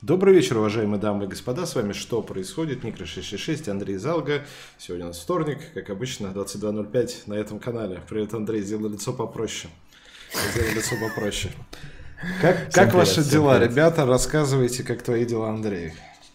Добрый вечер, уважаемые дамы и господа, с вами «Что происходит?» Никра 666, Андрей Залга. Сегодня у нас вторник, как обычно, 22:05 на этом канале. Привет, Андрей, сделай лицо попроще. Сделай лицо попроще. Как ваши дела, ребята? Рассказывайте, как твои дела, Андрей.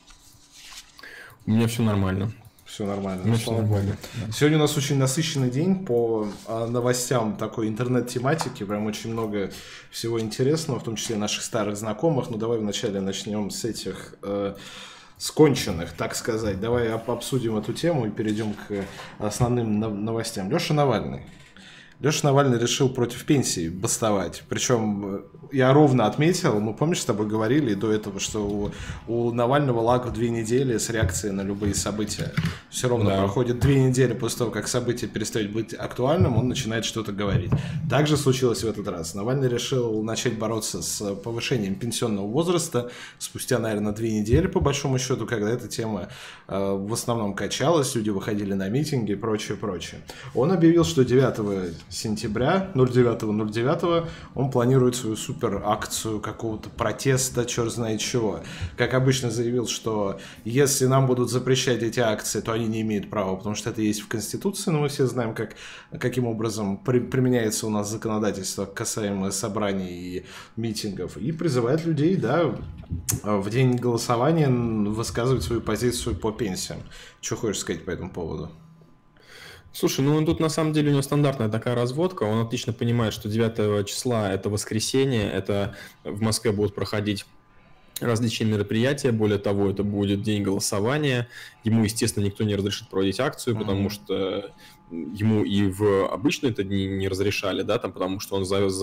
У меня все нормально. Все нормально. Все нормально. Да. Сегодня у нас очень насыщенный день по новостям такой интернет-тематики. Прям очень много всего интересного, в том числе наших старых знакомых. Но давай вначале начнем с этих сконченных, так сказать. Давай обсудим эту тему и перейдем к основным новостям. Леша Навальный решил против пенсии бастовать. Причем я ровно отметил, мы, помнишь, с тобой говорили до этого, что у Навального лаг в 2 недели с реакцией на любые события. Все ровно проходит 2 недели после того, как событие перестает быть актуальным, он начинает что-то говорить. Так же случилось в этот раз. Навальный решил начать бороться с повышением пенсионного возраста спустя, наверное, 2 недели, по большому счету, когда эта тема в основном качалась, люди выходили на митинги и прочее. Он объявил, что 9 сентября, 09.09, он планирует свою супер акцию какого-то протеста, черт знает чего. Как обычно заявил, что если нам будут запрещать эти акции, то они не имеют права, потому что это есть в Конституции, но мы все знаем, каким образом применяется у нас законодательство касаемо собраний и митингов. И призывает людей, да, в день голосования высказывать свою позицию по пенсиям. Что хочешь сказать по этому поводу? Слушай, ну тут на самом деле у него стандартная такая разводка, он отлично понимает, что 9 числа это воскресенье, это в Москве будут проходить различные мероприятия, более того, это будет день голосования, ему, естественно, никто не разрешит проводить акцию, потому что ему и в обычные это дни не разрешали, да, там, потому что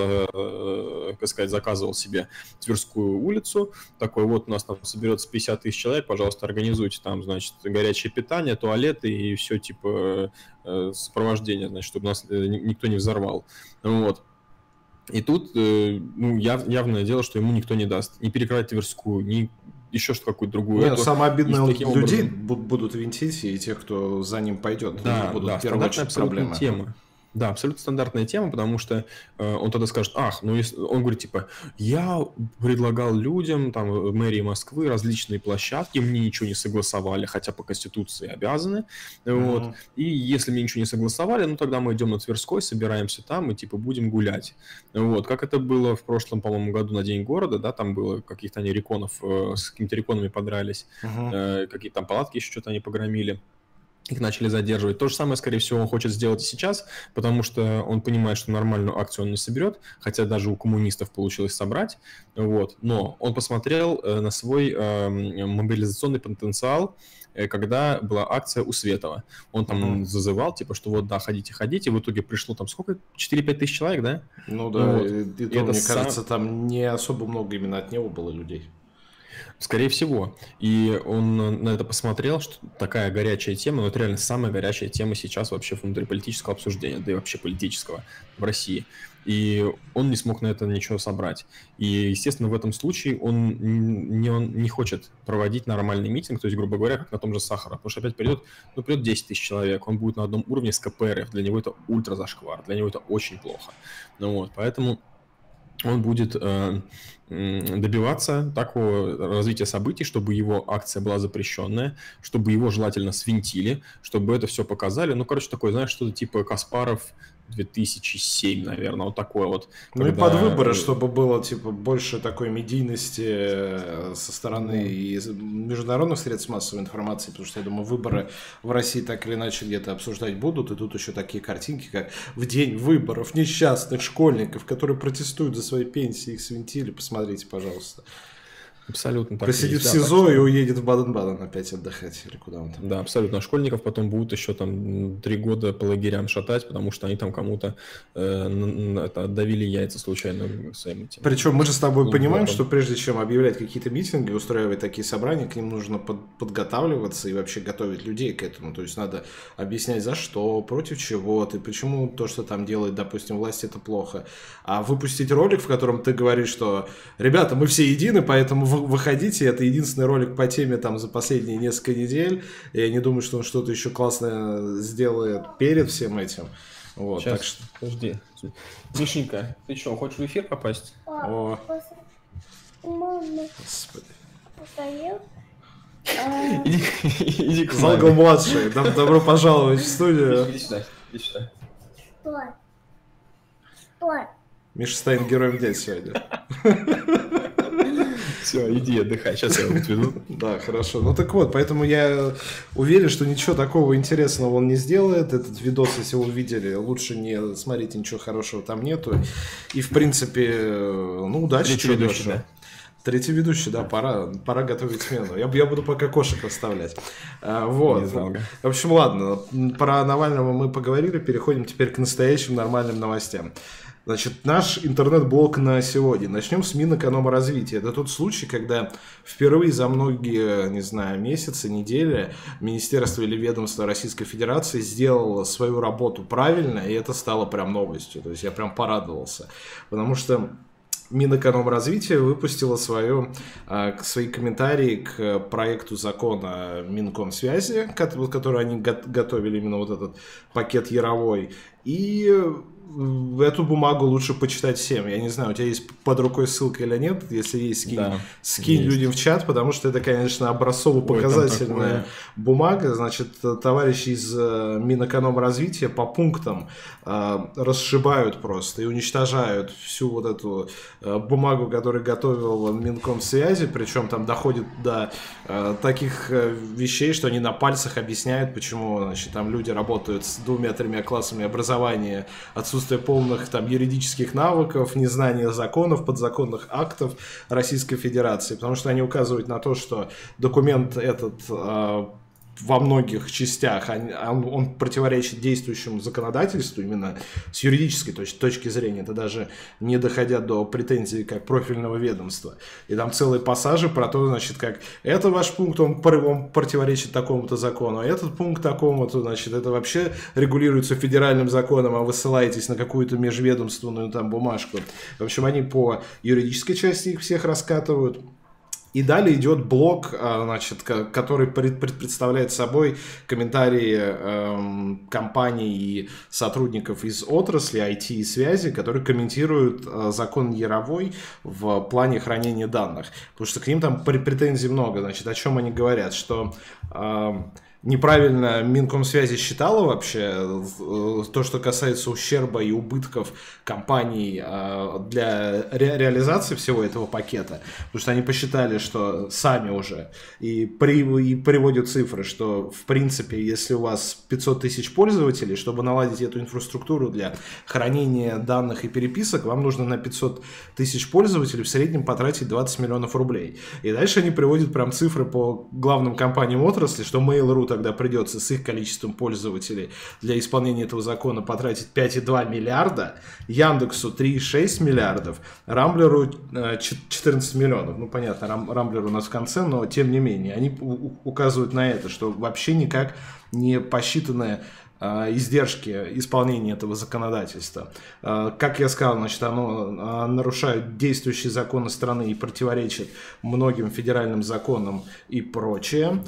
он, как сказать, заказывал себе Тверскую улицу, такой вот у нас там соберется 50 тысяч человек, пожалуйста, организуйте там, значит, горячее питание, туалеты и все типа сопровождение, значит, чтобы нас никто не взорвал, вот. И тут явное дело, что ему никто не даст. Не перекрывать Тверскую, ни еще что какую-то другую. Нет, самое обидное, людей будут винтить, и тех, кто за ним пойдет. Да, будут в первую очередь проблемы. Тема. Да, абсолютно стандартная тема, потому что он тогда скажет, он говорит, типа, я предлагал людям, там, в мэрии Москвы различные площадки, мне ничего не согласовали, хотя по Конституции обязаны, вот, и если мне ничего не согласовали, ну, тогда мы идем на Тверской, собираемся там и, типа, будем гулять, вот, как это было в прошлом, по-моему, году на День города, да, там было каких-то они реконов, с какими-то реконами подрались, какие-то там палатки еще что-то они погромили. Их начали задерживать. То же самое, скорее всего, он хочет сделать и сейчас, потому что он понимает, что нормальную акцию он не соберет, хотя даже у коммунистов получилось собрать. Вот. Но он посмотрел на свой мобилизационный потенциал, когда была акция у Светова. Он там зазывал, типа, что вот, да, ходите. В итоге пришло там сколько? 4-5 тысяч человек, да? Ну да, вот. И то, мне кажется, там не особо много именно от него было людей. Скорее всего. И он на это посмотрел, что такая горячая тема, но это реально самая горячая тема сейчас вообще внутриполитического обсуждения, да и вообще политического в России. И он не смог на это ничего собрать. И, естественно, в этом случае он не хочет проводить нормальный митинг, то есть, грубо говоря, как на том же Сахаро. Потому что опять придет 10 тысяч человек, он будет на одном уровне с КПРФ. Для него это ультра зашквар, для него это очень плохо. Вот, поэтому он будет добиваться такого развития событий, чтобы его акция была запрещенная, чтобы его желательно свинтили, чтобы это все показали. Ну, короче, такое, знаешь, что-то типа Каспаров 2007, наверное, вот такое вот. Ну и под выборы, чтобы было типа больше такой медийности со стороны и международных средств массовой информации, потому что, я думаю, выборы в России так или иначе где-то обсуждать будут, и тут еще такие картинки, как в день выборов несчастных школьников, которые протестуют за свои пенсии, их свинтили, посмотрите, пожалуйста. Абсолютно так. Посидит в СИЗО и уедет в Баден-Баден опять отдыхать или куда он там. Да, абсолютно. Школьников потом будут еще там 3 года по лагерям шатать, потому что они там кому-то отдавили яйца случайно своим этим. Причем мы же с тобой понимаем, что прежде чем объявлять какие-то митинги, устраивать такие собрания, к ним нужно подготавливаться и вообще готовить людей к этому. То есть надо объяснять, за что, против чего ты, почему то, что там делает, допустим, власть, это плохо. А выпустить ролик, в котором ты говоришь, что ребята, мы все едины, поэтому выходите, это единственный ролик по теме там за последние несколько недель. Я не думаю, что он что-то еще классное сделает перед всем этим. Вот, сейчас, так что... подожди. Мишенька, ты что, хочешь в эфир попасть? О. Господи. Иди к Залго-младший, добро пожаловать в студию. Иди сюда. Миша станет героем дня сегодня. Все, иди отдыхай, сейчас я его отведу. Да, хорошо. Ну так вот, поэтому я уверен, что ничего такого интересного он не сделает. Этот видос, если вы увидели, лучше не смотрите, ничего хорошего там нету. И в принципе, ну удачи, что дальше. Третий ведущий, да, пора готовить смену. Я буду пока кошек расставлять. Вот. В общем, ладно, про Навального мы поговорили, переходим теперь к настоящим нормальным новостям. Значит, наш интернет-блог на сегодня. Начнем с Минэкономразвития. Это тот случай, когда впервые за многие, не знаю, месяцы, недели Министерство или ведомство Российской Федерации сделало свою работу правильно, и это стало прям новостью. То есть я прям порадовался. Потому что Минэкономразвития выпустила свои комментарии к проекту закона Минкомсвязи, который они готовили, именно вот этот пакет Яровой. И эту бумагу лучше почитать всем. Я не знаю, у тебя есть под рукой ссылка или нет. Если есть, скинь людям в чат, потому что это, конечно, образцово-показательная бумага. Значит, товарищи из Минэкономразвития по пунктам расшибают просто и уничтожают всю вот эту бумагу, которую готовил Минкомсвязи. Причем там доходит до таких вещей, что они на пальцах объясняют, почему, значит, там люди работают с 2-3 классами образования, отсутствие полных там юридических навыков, незнание законов, подзаконных актов Российской Федерации, потому что они указывают на то, что документ этот во многих частях он противоречит действующему законодательству именно с юридической точки зрения, это даже не доходя до претензий как профильного ведомства. И там целые пассажи про то, значит, как это ваш пункт, он противоречит такому-то закону, а этот пункт такому-то, значит, это вообще регулируется федеральным законом, а вы ссылаетесь на какую-то межведомственную там бумажку. В общем, они по юридической части их всех раскатывают. И далее идет блок, значит, который представляет собой комментарии компаний и сотрудников из отрасли IT и связи, которые комментируют закон Яровой в плане хранения данных. Потому что к ним там претензий много. Значит, о чем они говорят? Что неправильно Минкомсвязи считала вообще то, что касается ущерба и убытков компаний для реализации всего этого пакета. Потому что они посчитали, что сами уже и приводят цифры, что в принципе, если у вас 500 тысяч пользователей, чтобы наладить эту инфраструктуру для хранения данных и переписок, вам нужно на 500 тысяч пользователей в среднем потратить 20 миллионов рублей. И дальше они приводят прям цифры по главным компаниям отрасли, что Mail.ru тогда придется с их количеством пользователей для исполнения этого закона потратить 5,2 миллиарда, Яндексу 3,6 миллиардов, Рамблеру 14 миллионов. Ну, понятно, Рамблер у нас в конце, но тем не менее. Они указывают на это, что вообще никак не посчитаны издержки исполнения этого законодательства. Как я сказал, значит, оно нарушает действующие законы страны и противоречит многим федеральным законам и прочее.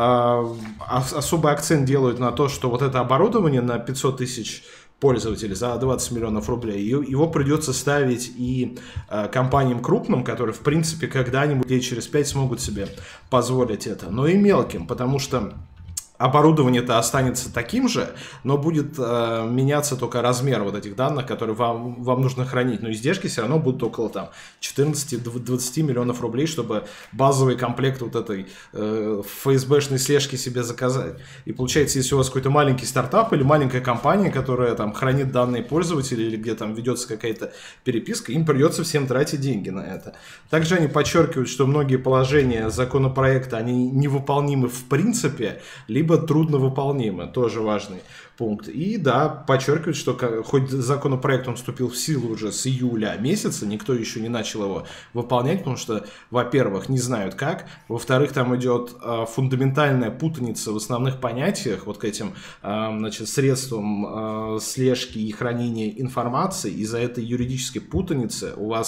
Особый акцент делают на то, что вот это оборудование на 500 тысяч пользователей за 20 миллионов рублей, его придется ставить и компаниям крупным, которые, в принципе, когда-нибудь лет через 5 смогут себе позволить это, но и мелким, потому что оборудование-то останется таким же, но будет меняться только размер вот этих данных, которые вам нужно хранить. Но издержки все равно будут около там 14-20 миллионов рублей, чтобы базовый комплект вот этой ФСБшной слежки себе заказать. И получается, если у вас какой-то маленький стартап или маленькая компания, которая там хранит данные пользователей или где там ведется какая-то переписка, им придется всем тратить деньги на это. Также они подчеркивают, что многие положения законопроекта, они невыполнимы в принципе, либо трудновыполнимы, тоже важный пункт. И да, подчеркивают, что хоть законопроект он вступил в силу уже с июля месяца, никто еще не начал его выполнять, потому что, во-первых, не знают как, во-вторых, там идет фундаментальная путаница в основных понятиях вот к этим, значит, средствам слежки и хранения информации. Из-за этой юридической путаницы у вас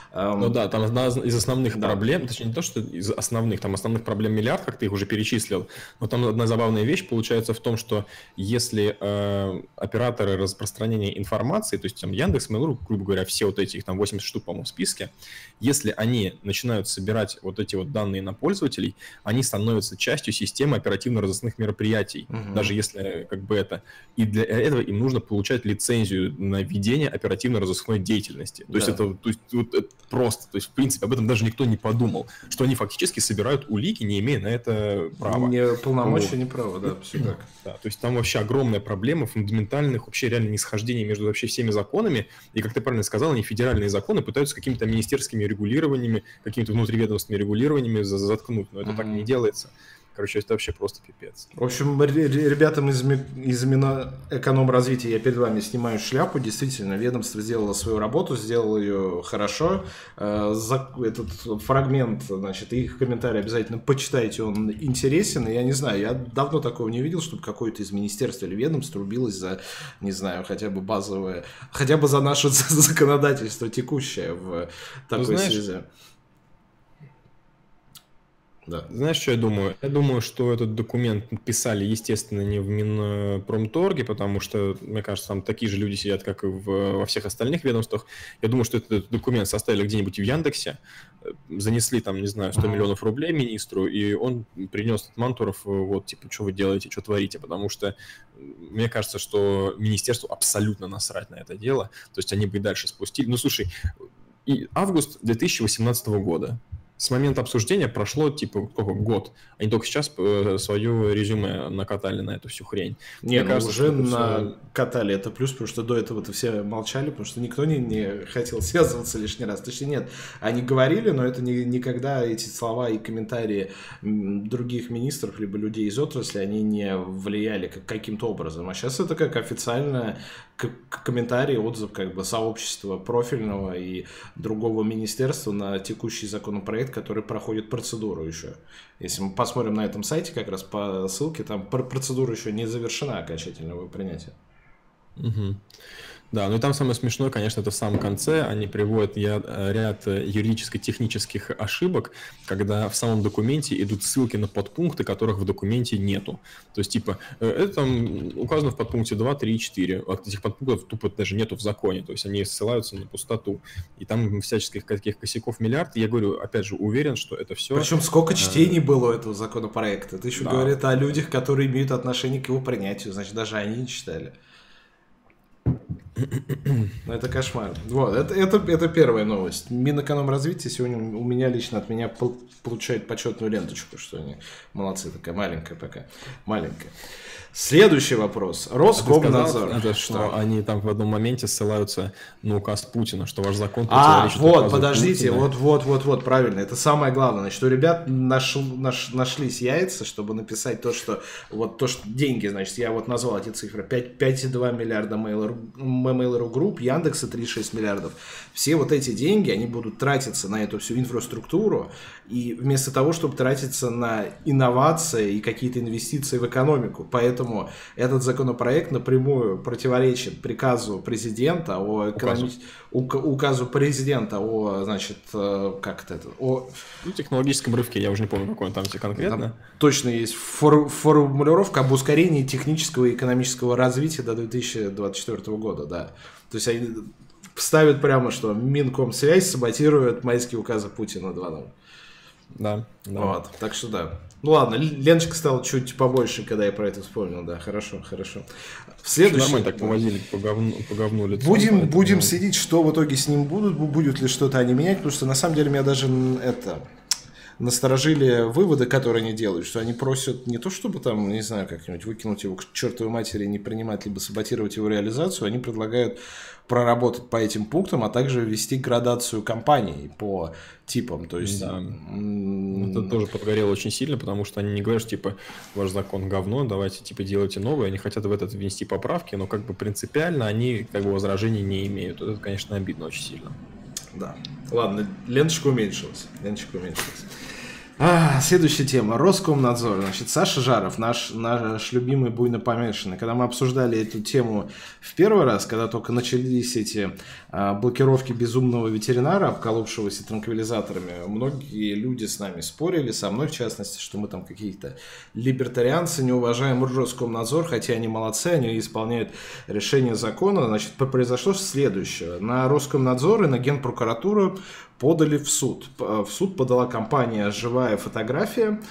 Ну да, там одна из основных проблем, точнее не то, что из основных, там основных проблем миллиард, как ты их уже перечислил, но там одна забавная вещь получается в том, что если операторы распространения информации, то есть там Яндекс, Mail.ru, грубо говоря, все вот эти, их там 80 штук, по-моему, в списке, если они начинают собирать вот эти вот данные на пользователей, они становятся частью системы оперативно-розыскных мероприятий, даже если как бы это... И для этого им нужно получать лицензию на ведение оперативно-розыскной деятельности. То есть это просто, то есть в принципе об этом даже никто не подумал, что они фактически собирают улики, не имея на это права. Не полномочия, не права, да, все так. Да, то есть там вообще огромная проблема фундаментальных вообще реально несхождений между вообще всеми законами, и как ты правильно сказал, они федеральные законы пытаются какими-то министерскими регулированиями, какими-то внутриведомственными регулированиями заткнуть, но это так не делается. Короче, это вообще просто пипец. В общем, ребятам из Минэкономразвития я перед вами снимаю шляпу. Действительно, ведомство сделало свою работу, сделало ее хорошо. Этот фрагмент, значит, их комментарий обязательно почитайте, он интересен. И я не знаю, я давно такого не видел, чтобы какое-то из министерств или ведомств рубилось за, не знаю, хотя бы базовое, хотя бы за наше законодательство текущее в такой связи. Да. Знаешь, что я думаю? Я думаю, что этот документ писали, естественно, не в Минпромторге, потому что, мне кажется, там такие же люди сидят, как и во всех остальных ведомствах. Я думаю, что этот документ составили где-нибудь в Яндексе, занесли там, не знаю, 100 миллионов рублей министру, и он принес от Мантуров, вот, типа, что вы делаете, что творите, потому что мне кажется, что министерству абсолютно насрать на это дело, то есть они бы и дальше спустили. Ну, слушай, и август 2018 года. С момента обсуждения прошло, типа, год. Они только сейчас свое резюме накатали на эту всю хрень. Не, ну кажется, уже накатали. Это плюс, потому что до этого-то все молчали, потому что никто не хотел связываться лишний раз. Точнее, нет, они говорили, но это никогда эти слова и комментарии других министров, либо людей из отрасли, они не влияли каким-то образом. А сейчас это как официально комментарий, отзыв как бы сообщества профильного и другого министерства на текущий законопроект, который проходит процедуру еще. Если мы посмотрим на этом сайте, как раз по ссылке, там процедура еще не завершена окончательного принятия. Угу. Да, ну и там самое смешное, конечно, это в самом конце. Они приводят ряд юридическо-технических ошибок, когда в самом документе идут ссылки на подпункты, которых в документе нету. То есть, типа, это там указано в подпункте 2, 3, 4. А этих подпунктов тупо даже нету в законе. То есть, они ссылаются на пустоту. И там всяческих каких косяков миллиард. Я говорю, опять же, уверен, что это все... Причем сколько чтений было у этого законопроекта. Это еще говорит о людях, которые имеют отношение к его принятию. Значит, даже они не читали. Ну, это кошмар. Вот, это первая новость. Минэкономразвития сегодня у меня лично от меня получает почетную ленточку, что они молодцы, такая маленькая пока. Маленькая. Следующий вопрос. Роскомнадзор. Это что они там в одном моменте ссылаются на указ Путина, что ваш закон противоречит указу подождите, Путина. Вот, правильно. Это самое главное. Значит, у ребят нашлись яйца, чтобы написать то, что деньги, значит, я вот назвал эти цифры. 5,2 миллиарда Mail.ru Group, Яндекса 3,6 миллиардов. Все вот эти деньги, они будут тратиться на эту всю инфраструктуру, и вместо того, чтобы тратиться на инновации и какие-то инвестиции в экономику. Поэтому этот законопроект напрямую противоречит приказу президента указу президента о, значит, как это, о технологическом рывке, я уже не помню, какой он там конкретно. Там точно есть формулировка об ускорении технического и экономического развития до 2024 года, да. То есть они ставят прямо, что Минкомсвязь саботирует майские указы Путина 2.0. Да. Вот, так что да. Ну ладно, Леночка стала чуть побольше, когда я про это вспомнил, да, хорошо. В следующем... Нормально так повозили по говну лицом. Будем следить, что в итоге с ним будет ли что-то они менять, потому что на самом деле меня даже насторожили выводы, которые они делают, что они просят не то, чтобы там, не знаю, как-нибудь выкинуть его к чертовой матери, не принимать, либо саботировать его реализацию, они предлагают проработать по этим пунктам, а также ввести градацию компаний по типам. То есть, да. Это тоже подгорело очень сильно, потому что они не говорят, что типа ваш закон говно, давайте типа делайте новое. Они хотят в этот внести поправки, но как бы принципиально они как бы возражений не имеют. Это, конечно, обидно очень сильно. Да. Ладно, ленточка уменьшилась. Следующая тема. Роскомнадзор. Значит, Саша Жаров, наш любимый буйно помешанный. Когда мы обсуждали эту тему в первый раз, когда только начались эти блокировки безумного ветеринара, обколовшегося транквилизаторами, многие люди с нами спорили, со мной в частности, что мы там какие-то либертарианцы, не уважаем Роскомнадзор, хотя они молодцы, они исполняют решение закона. Значит, произошло следующее. На Роскомнадзор и на Генпрокуратуру подали в суд. В суд подала компания «Живая фотография».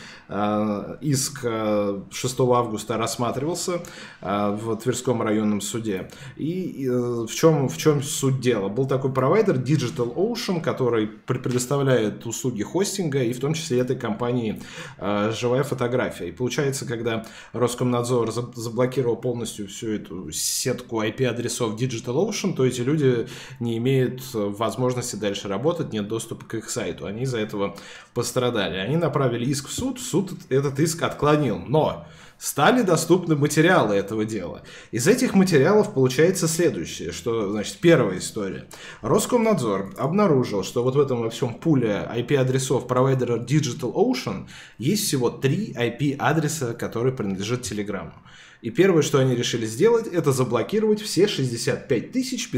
Иск 6 августа рассматривался в Тверском районном суде. И в чем суть дела? Был такой провайдер Digital Ocean, который предоставляет услуги хостинга, и в том числе этой компании «Живая фотография». И получается, когда Роскомнадзор заблокировал полностью всю эту сетку IP-адресов Digital Ocean, то эти люди не имеют возможности дальше работать, нет доступа к их сайту. Они из-за этого пострадали. Они направили иск в суд, суд этот иск отклонил. Но стали доступны материалы этого дела. Из этих материалов получается следующее, что, значит, первая история. Роскомнадзор обнаружил, что вот в этом во всем пуле IP-адресов провайдера Digital Ocean есть всего 3 IP-адреса, которые принадлежат Телеграму. И первое, что они решили сделать, это заблокировать все 65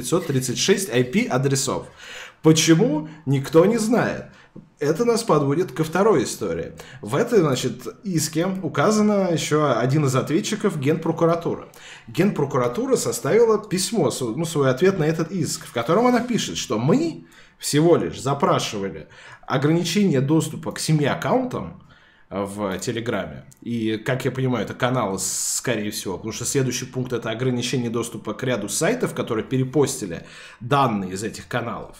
536 IP-адресов. Почему? Никто не знает. Это нас подводит ко второй истории. В этой, значит, иске указано еще один из ответчиков — Генпрокуратура. Генпрокуратура составила письмо, свой ответ на этот иск, в котором она пишет, что мы всего лишь запрашивали ограничение доступа к 7 аккаунтам в Телеграме. И, как я понимаю, это каналы, скорее всего, потому что следующий пункт — это ограничение доступа к ряду сайтов, которые перепостили данные из этих каналов.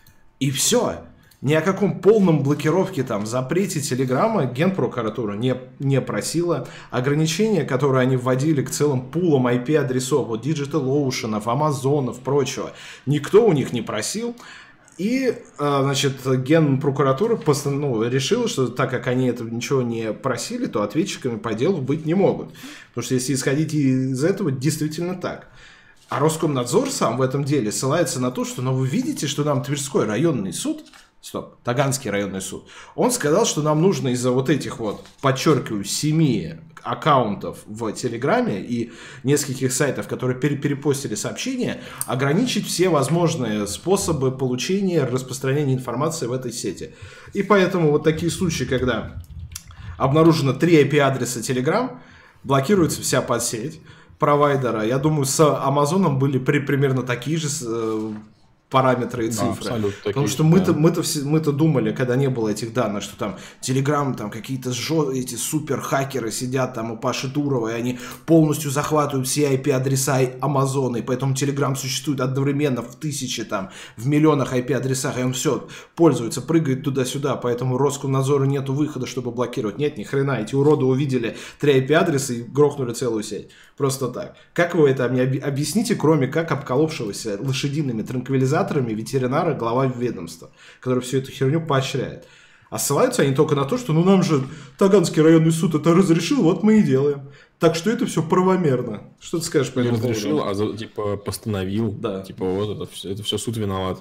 И все. Ни о каком полном блокировке, запрете Телеграма Генпрокуратура не просила. Ограничения, которые они вводили к целым пулам IP-адресов, вот DigitalOcean, Амазонов, прочего, никто у них не просил. И, значит, Генпрокуратура решила, что так как они этого ничего не просили, то ответчиками по делу быть не могут. Потому что если исходить из этого, действительно так. А Роскомнадзор сам в этом деле ссылается на то, что, вы видите, что нам Тверской районный суд, Таганский районный суд, он сказал, что нам нужно из-за вот этих подчеркиваю, 7 аккаунтов в Телеграме и нескольких сайтов, которые перепостили сообщения, ограничить все возможные способы получения, распространения информации в этой сети. И поэтому вот такие случаи, когда обнаружено 3 IP-адреса Telegram, блокируется вся подсеть провайдера. Я думаю, с Амазоном были примерно такие же параметры и цифры. Да, потому что мы-то думали, когда не было этих данных, что там Telegram, какие-то эти супер хакеры сидят у Паши Турова, и они полностью захватывают все IP-адреса Амазона, и поэтому Telegram существует одновременно в 1000, в миллионах IP-адресах, и он все пользуется, прыгает туда-сюда, поэтому Роскомнадзору нету выхода, чтобы блокировать. Нет, ни хрена, эти уроды увидели 3 IP-адреса и грохнули целую сеть. Просто так. Как вы это мне объясните, кроме как обколовшегося лошадиными транквилизаторами ветеринара глава ведомства, который всю эту херню поощряет? А ссылаются они только на то, что нам же Таганский районный суд это разрешил, вот мы и делаем. Так что это все правомерно. Что ты скажешь по этому поводу? Не разрешил, постановил. Да. Это все суд виноват.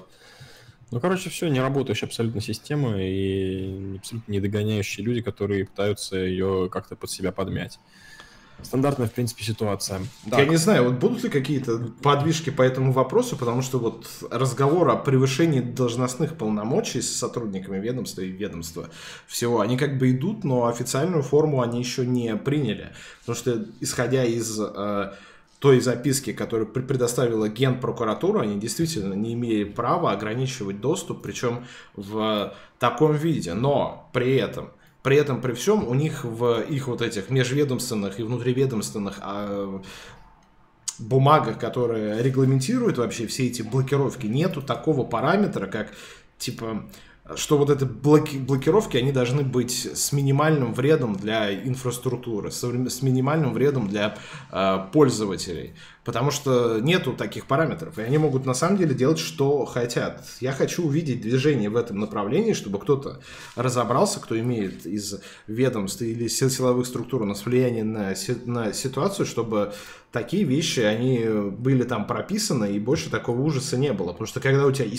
Все, не работающая абсолютно система и абсолютно недогоняющие люди, которые пытаются ее как-то под себя подмять. Стандартная, в принципе, ситуация. Я не знаю, будут ли какие-то подвижки по этому вопросу, потому что разговор о превышении должностных полномочий с сотрудниками ведомства и ведомства всего, они идут, но официальную форму они еще не приняли. Потому что, исходя из той записки, которую предоставила Генпрокуратура, они действительно не имели права ограничивать доступ, причем в таком виде. Но при этом, при всем, у них в их этих межведомственных и внутриведомственных бумагах, которые регламентируют вообще все эти блокировки, нету такого параметра, как что эти блокировки, они должны быть с минимальным вредом для инфраструктуры, с минимальным вредом для пользователей. Потому что нету таких параметров, и они могут на самом деле делать, что хотят. Я хочу увидеть движение в этом направлении, чтобы кто-то разобрался, кто имеет из ведомств или силовых структур у нас влияние на ситуацию, чтобы такие вещи, они были там прописаны, и больше такого ужаса не было. Потому что когда у тебя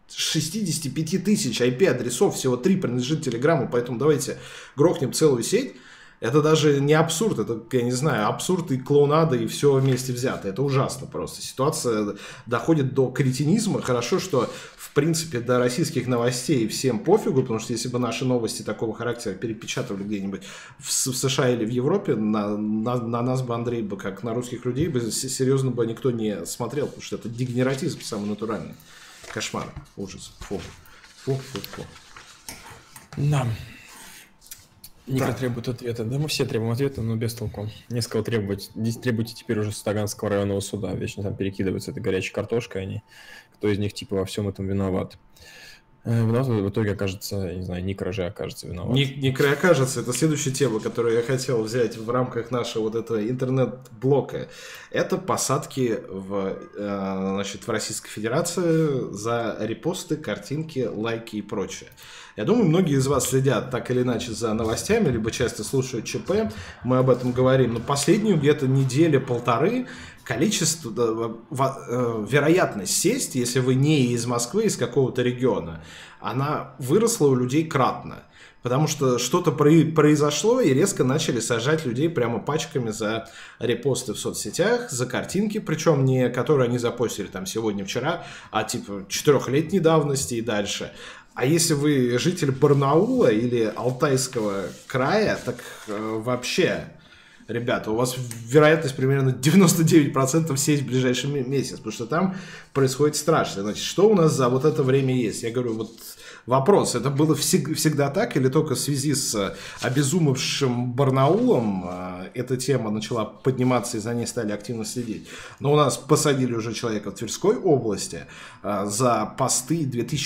65 тысяч IP-адресов всего 3 принадлежит Телеграму, поэтому давайте грохнем целую сеть. Это даже не абсурд, это, я не знаю, абсурд и клоунада, и все вместе взято. Это ужасно просто. Ситуация доходит до кретинизма. Хорошо, что, в принципе, до российских новостей всем пофигу, потому что если бы наши новости такого характера перепечатывали где-нибудь в США или в Европе, на нас бы, Андрей, бы, как на русских людей, бы серьезно бы никто не смотрел, потому что это дегенератизм самый натуральный. Кошмар, ужас. Фу. Фу. Да. Ника требует ответа. Да, мы все требуем ответа, но без толку. Не с кого требовать. Здесь требуйте теперь уже с Таганского районного суда. Вечно там перекидываются этой горячей картошкой. Они, кто из них типа во всем этом виноват. В итоге окажется, я не знаю, Никра же окажется виноват. Никра окажется. Это следующая тема, которую я хотел взять в рамках нашего вот этого интернет-блока. Это посадки в Российской Федерации за репосты, картинки, лайки и прочее. Я думаю, многие из вас следят так или иначе за новостями, либо часто слушают ЧП, мы об этом говорим. Но последнюю где-то неделю-полторы количество, вероятность сесть, если вы не из Москвы, из какого-то региона, она выросла у людей кратно. Потому что что-то произошло, и резко начали сажать людей прямо пачками за репосты в соцсетях, за картинки, причем не которые они запостили там сегодня-вчера, а типа 4-летней давности и дальше. А если вы житель Барнаула или Алтайского края, так вообще, ребята, у вас вероятность примерно 99% сесть в ближайший месяц, потому что там происходит страшно. Значит, что у нас за вот это время есть? Я говорю, вот вопрос, это было всегда так или только в связи с обезумевшим Барнаулом эта тема начала подниматься и за ней стали активно следить? Но у нас посадили уже человека в Тверской области за посты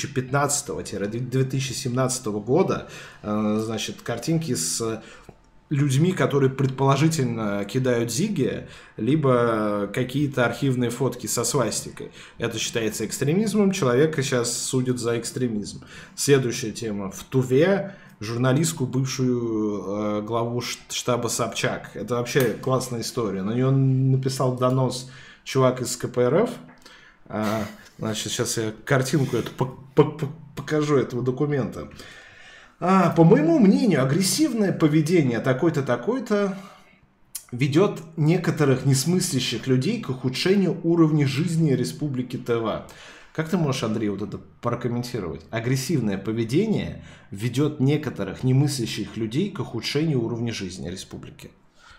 2015-2017 года, значит, картинки с людьми, которые предположительно кидают зиги, либо какие-то архивные фотки со свастикой. Это считается экстремизмом, человека сейчас судят за экстремизм. Следующая тема. В Туве журналистку, бывшую главу штаба Собчак. Это вообще классная история. На нее написал донос чувак из КПРФ. Значит, сейчас я картинку эту покажу этого документа. По моему мнению, агрессивное поведение такой-то, такой-то ведет некоторых несмыслящих людей к ухудшению уровня жизни Республики Тыва. Как ты можешь, Андрей, вот это прокомментировать? Агрессивное поведение ведет некоторых немыслящих людей к ухудшению уровня жизни республики.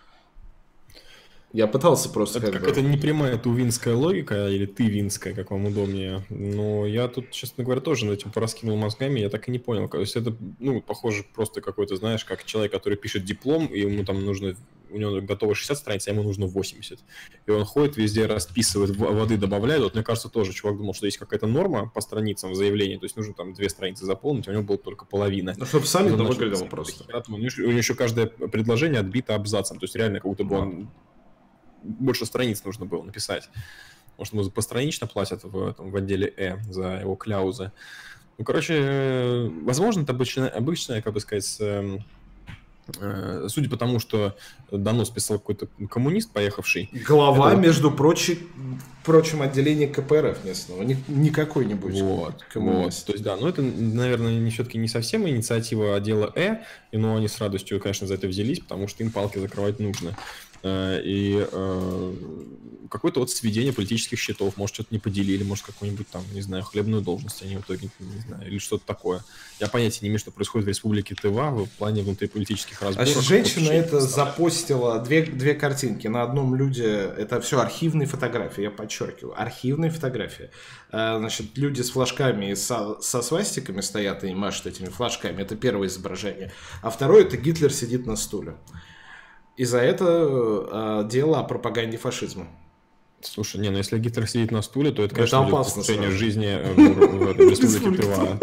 Я пытался просто... Это не прямая тувинская логика, или тывинская, как вам удобнее. Но я тут, честно говоря, тоже над этим пораскинул мозгами, я так и не понял. То есть это, похоже, просто какой-то, знаешь, как человек, который пишет диплом, и ему там нужно... У него готово 60 страниц, а ему нужно 80. И он ходит везде, расписывает, воды добавляет. Вот мне кажется, тоже чувак думал, что есть какая-то норма по страницам в заявлении, то есть нужно там 2 страницы заполнить, а у него было только половина. Ну, чтобы солидно выглядело просто. У него еще каждое предложение отбито абзацем, то есть реально как будто бы он... Больше страниц нужно было написать. Потому что ему постранично платят в отделе за его кляузы. Возможно, это обычная, как бы сказать, судя по тому, что донос писал какой-то коммунист, поехавший. Глава, между прочим, отделения КПРФ местного, не какой-нибудь коммунист. То есть, да, это, наверное, все-таки не совсем инициатива отдела но они с радостью, конечно, за это взялись, потому что им палки закрывать нужно. И какое-то сведение политических счетов, может, что-то не поделили, может, какую-нибудь там, не знаю, хлебную должность они в итоге, не знаю, или что-то такое. Я понятия не имею, что происходит в Республике Тыва в плане внутриполитических разборок. Женщина это запостила две картинки. На одном это все архивные фотографии, я подчеркиваю, архивные фотографии. Значит, люди с флажками со свастиками стоят и машут этими флажками. Это первое изображение. А второе, это Гитлер сидит на стуле. И за это дело о пропаганде фашизма. Слушай, если Гитлер сидит на стуле, то это, конечно, опасно. Улучшение жизни в Республике Тыва.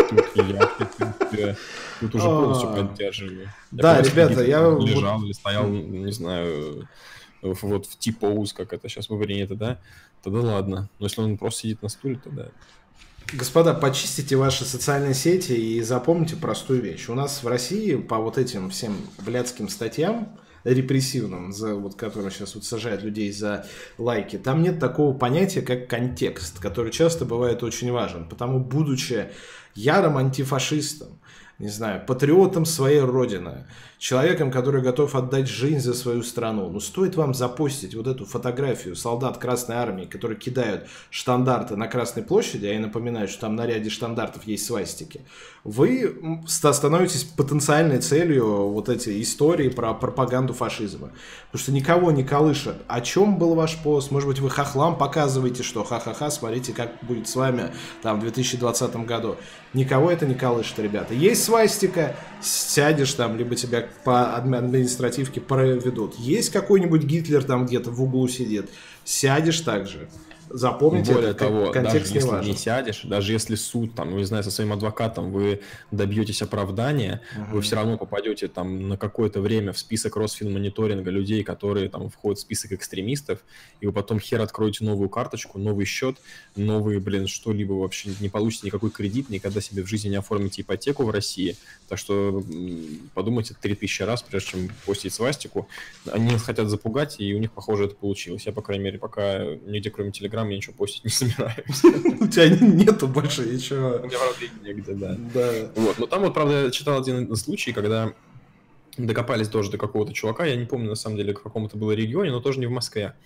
Тут уже полностью поддерживаю. Да, ребята, я... Лежал или стоял, не знаю, в T-pose, как это сейчас принято, да? Тогда ладно. Но если он просто сидит на стуле, то да. Господа, почистите ваши социальные сети и запомните простую вещь. У нас в России по вот этим всем блядским статьям репрессивном, вот, которым сейчас вот сажают людей за лайки, там нет такого понятия, как контекст, который часто бывает очень важен. Потому, будучи ярым антифашистом, не знаю, патриотом своей родины, человеком, который готов отдать жизнь за свою страну. Ну, стоит вам запостить вот эту фотографию солдат Красной Армии, которые кидают штандарты на Красной площади, а я напоминаю, что там на ряде штандартов есть свастики, вы становитесь потенциальной целью вот этой истории про пропаганду фашизма. Потому что никого не колышет. О чем был ваш пост? Может быть, вы хохлам показываете, что ха-ха-ха, смотрите, как будет с вами там в 2020 году. Никого это не колышет, ребята. Есть свастика, сядешь там, либо тебя по административке проведут. Есть какой-нибудь Гитлер там где-то в углу сидит, сядешь также. Запомните, более того, контекст даже не если важен. не сядешь, даже если суд, там, не знаю, со своим адвокатом вы добьетесь оправдания, вы все равно попадете там на какое-то время в список Росфинмониторинга людей, которые там входят в список экстремистов, и вы потом хер откроете новую карточку, новый счет, новый, что-либо вообще не получите никакой кредит, никогда себе в жизни не оформите ипотеку в России. Так что подумайте 3000 раз, прежде чем постить свастику. Они нас хотят запугать, и у них, похоже, это получилось. Я, по крайней мере, пока нигде, кроме Телеграма, я ничего постить не собираюсь. У тебя нету больше ничего. У меня, правда, негде, да. Вот. Но там вот, правда, я читал один случай, когда докопались тоже до какого-то чувака, я не помню, на самом деле, в каком это было регионе, но тоже не в Москве.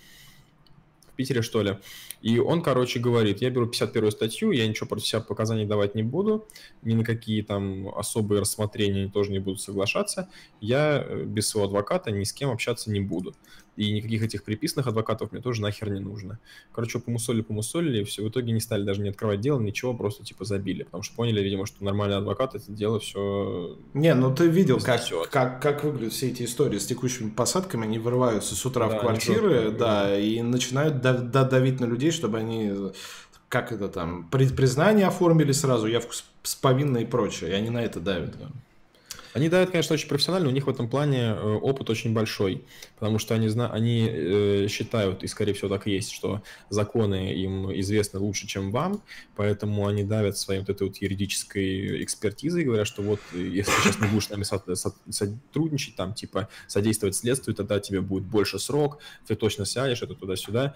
В Питере, что ли. И он, короче, говорит, я беру 51-ю статью, я ничего против себя показаний давать не буду, ни на какие там особые рассмотрения тоже не буду соглашаться, я без своего адвоката ни с кем общаться не буду. И никаких этих приписанных адвокатов мне тоже нахер не нужно. Короче, помусолили, и все, в итоге не стали даже не открывать дело, ничего, просто типа забили, потому что поняли, видимо, что нормальный адвокат это дело все... Не, ну ты видел, как выглядят все эти истории с текущими посадками, они вырываются с утра в квартиры, и начинают давить на людей, чтобы они, как это там, признание оформили сразу, явку с повинной и прочее, и они на это давят. Они давят, конечно, очень профессионально, у них в этом плане опыт очень большой, потому что они считают, и скорее всего так и есть, что законы им известны лучше, чем вам, поэтому они давят своей вот этой вот юридической экспертизой, говорят, что вот если ты сейчас не будешь с нами сотрудничать, там типа содействовать следствию, тогда тебе будет больше срок, ты точно сядешь, это туда-сюда,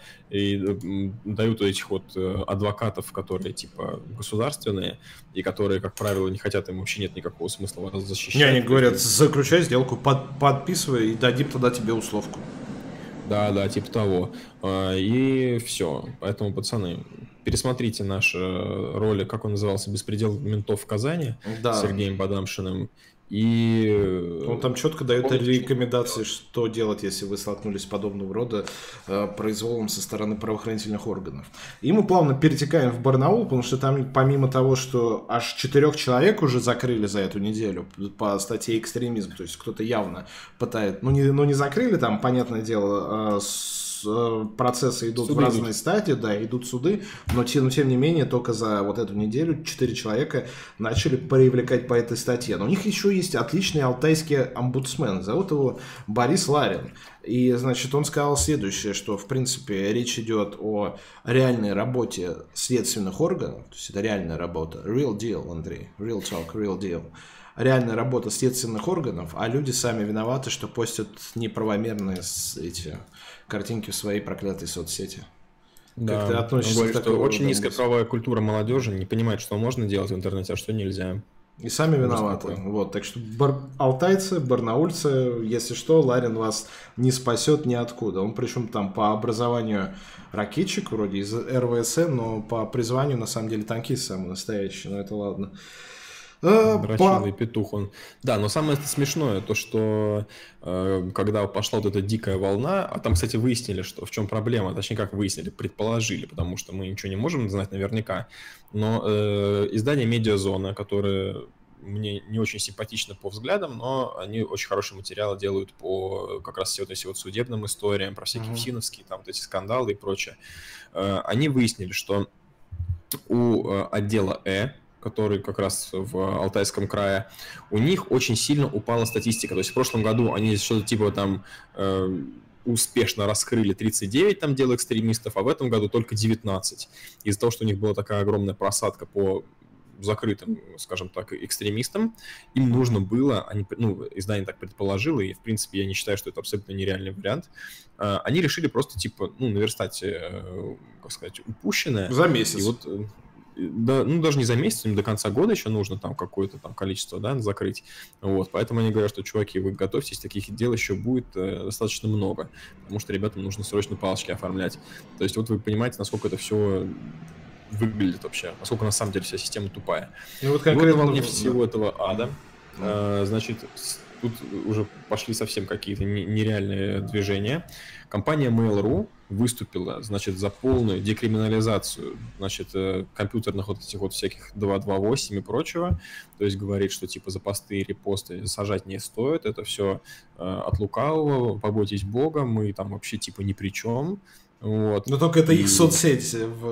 и дают этих вот адвокатов, которые типа государственные, и которые, как правило, не хотят, им вообще нет никакого смысла вас защищать. Они говорят, заключай сделку, подписывай и дадим тогда тебе условку. Да, типа того. И все. Поэтому, пацаны, пересмотрите наш ролик, как он назывался, «Беспредел ментов в Казани» с Сергеем Бадамшиным. И он там четко дает рекомендации, что делать, если вы столкнулись с подобного рода произволом со стороны правоохранительных органов. И мы плавно перетекаем в Барнаул, потому что там помимо того, что аж 4 человек уже закрыли за эту неделю по статье экстремизм, то есть кто-то явно пытается, не закрыли, там, понятное дело, процессы идут суды в разные стадии, идут суды, но тем не менее только за вот эту неделю 4 человека начали привлекать по этой статье. Но у них еще есть отличный алтайский омбудсмен, зовут его Борис Ларин. И, значит, он сказал следующее, что, в принципе, речь идет о реальной работе следственных органов, то есть это реальная работа, real deal, Андрей, real talk, real deal. Реальная работа следственных органов, а люди сами виноваты, что постят неправомерные эти картинки в своей проклятой соцсети. Да, как ты относишься говорит, к такому? Очень низкая правовая культура молодежи, не понимает, что можно делать в интернете, а что нельзя. И сами виноваты. Вот, так что алтайцы, барнаульцы, если что, Ларин вас не спасет ниоткуда. Он причем там по образованию ракетчик, вроде из РВСН, но по призванию на самом деле танкист самый настоящий, но это ладно. Дрочливый петух он. Да, но самое смешное то, что когда пошла вот эта дикая волна, а там, кстати, выяснили, что в чем проблема, точнее, как выяснили, предположили, потому что мы ничего не можем знать наверняка, но издание «Медиазона», которое мне не очень симпатично по взглядам, но они очень хорошие материалы делают по как раз вот судебным историям, про всякие ФСИНовские, там вот эти скандалы и прочее. Они выяснили, что у отдела который как раз в Алтайском крае, у них очень сильно упала статистика. То есть в прошлом году они что-то типа там успешно раскрыли 39 там дел экстремистов, а в этом году только 19. Из-за того, что у них была такая огромная просадка по закрытым, скажем так, экстремистам, им нужно было, издание так предположило, и, в принципе, я не считаю, что это абсолютно нереальный вариант, они решили просто, типа, наверстать, как сказать, упущенное. За месяц. И вот, да, даже не за месяц, им до конца года еще нужно там какое-то там количество, да, закрыть. Вот, поэтому они говорят, что, чуваки, вы готовьтесь, таких дел еще будет достаточно много, потому что ребятам нужно срочно палочки оформлять. То есть вот вы понимаете, насколько это все выглядит вообще, насколько на самом деле вся система тупая. Ну, вот конкретно во мне всего этого ада, значит, тут уже пошли совсем какие-то нереальные движения. Компания Mail.ru выступила, значит, за полную декриминализацию, значит, компьютерных вот этих вот всяких 228 и прочего. То есть говорит, что типа за посты и репосты сажать не стоит, это все от лукавого, побойтесь Бога, мы там вообще типа ни при чем. Вот. Но только это их соцсеть,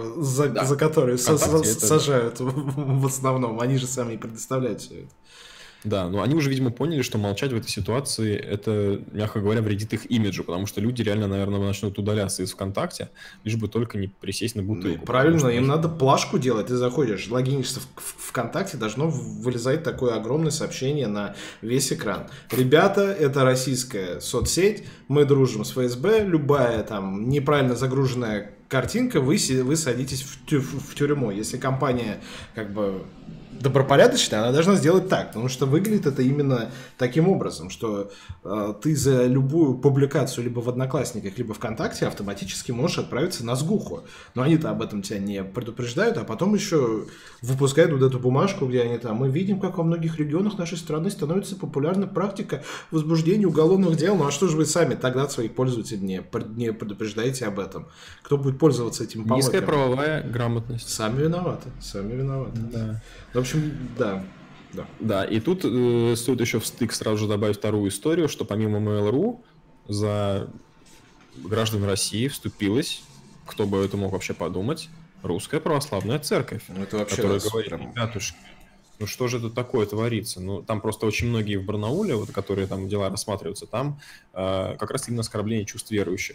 за которую сажают в основном. Они же сами предоставляют все это. Да, но они уже, видимо, поняли, что молчать в этой ситуации, это, мягко говоря, вредит их имиджу, потому что люди реально, наверное, начнут удаляться из ВКонтакте, лишь бы только не присесть на бутылку. Правильно, им надо плашку делать, ты заходишь, логинишься в ВКонтакте, должно вылезать такое огромное сообщение на весь экран. Ребята, это российская соцсеть, мы дружим с ФСБ, любая там неправильно загруженная картинка, вы садитесь в тюрьму. Если компания как бы добропорядочная, она должна сделать так, потому что выглядит это именно таким образом, что ты за любую публикацию либо в Одноклассниках, либо ВКонтакте автоматически можешь отправиться на сгуху. Но они-то об этом тебя не предупреждают, а потом еще выпускают вот эту бумажку, где они там: мы видим, как во многих регионах нашей страны становится популярна практика возбуждения уголовных дел. Ну а что же вы сами тогда своих пользователей не предупреждаете об этом? Кто будет пользоваться этим помойками? Низкая правовая грамотность. Сами виноваты. Да. В общем, да. Да, и тут стоит еще в стык сразу же добавить вторую историю, что помимо Mail.ru за граждан России вступилась, кто бы это мог вообще подумать, Русская Православная Церковь, это вообще которая говорит: ребятушки, ну что же это такое творится? Ну, там просто очень многие в Барнауле, вот, которые там дела рассматриваются, там как раз именно оскорбление чувств верующих.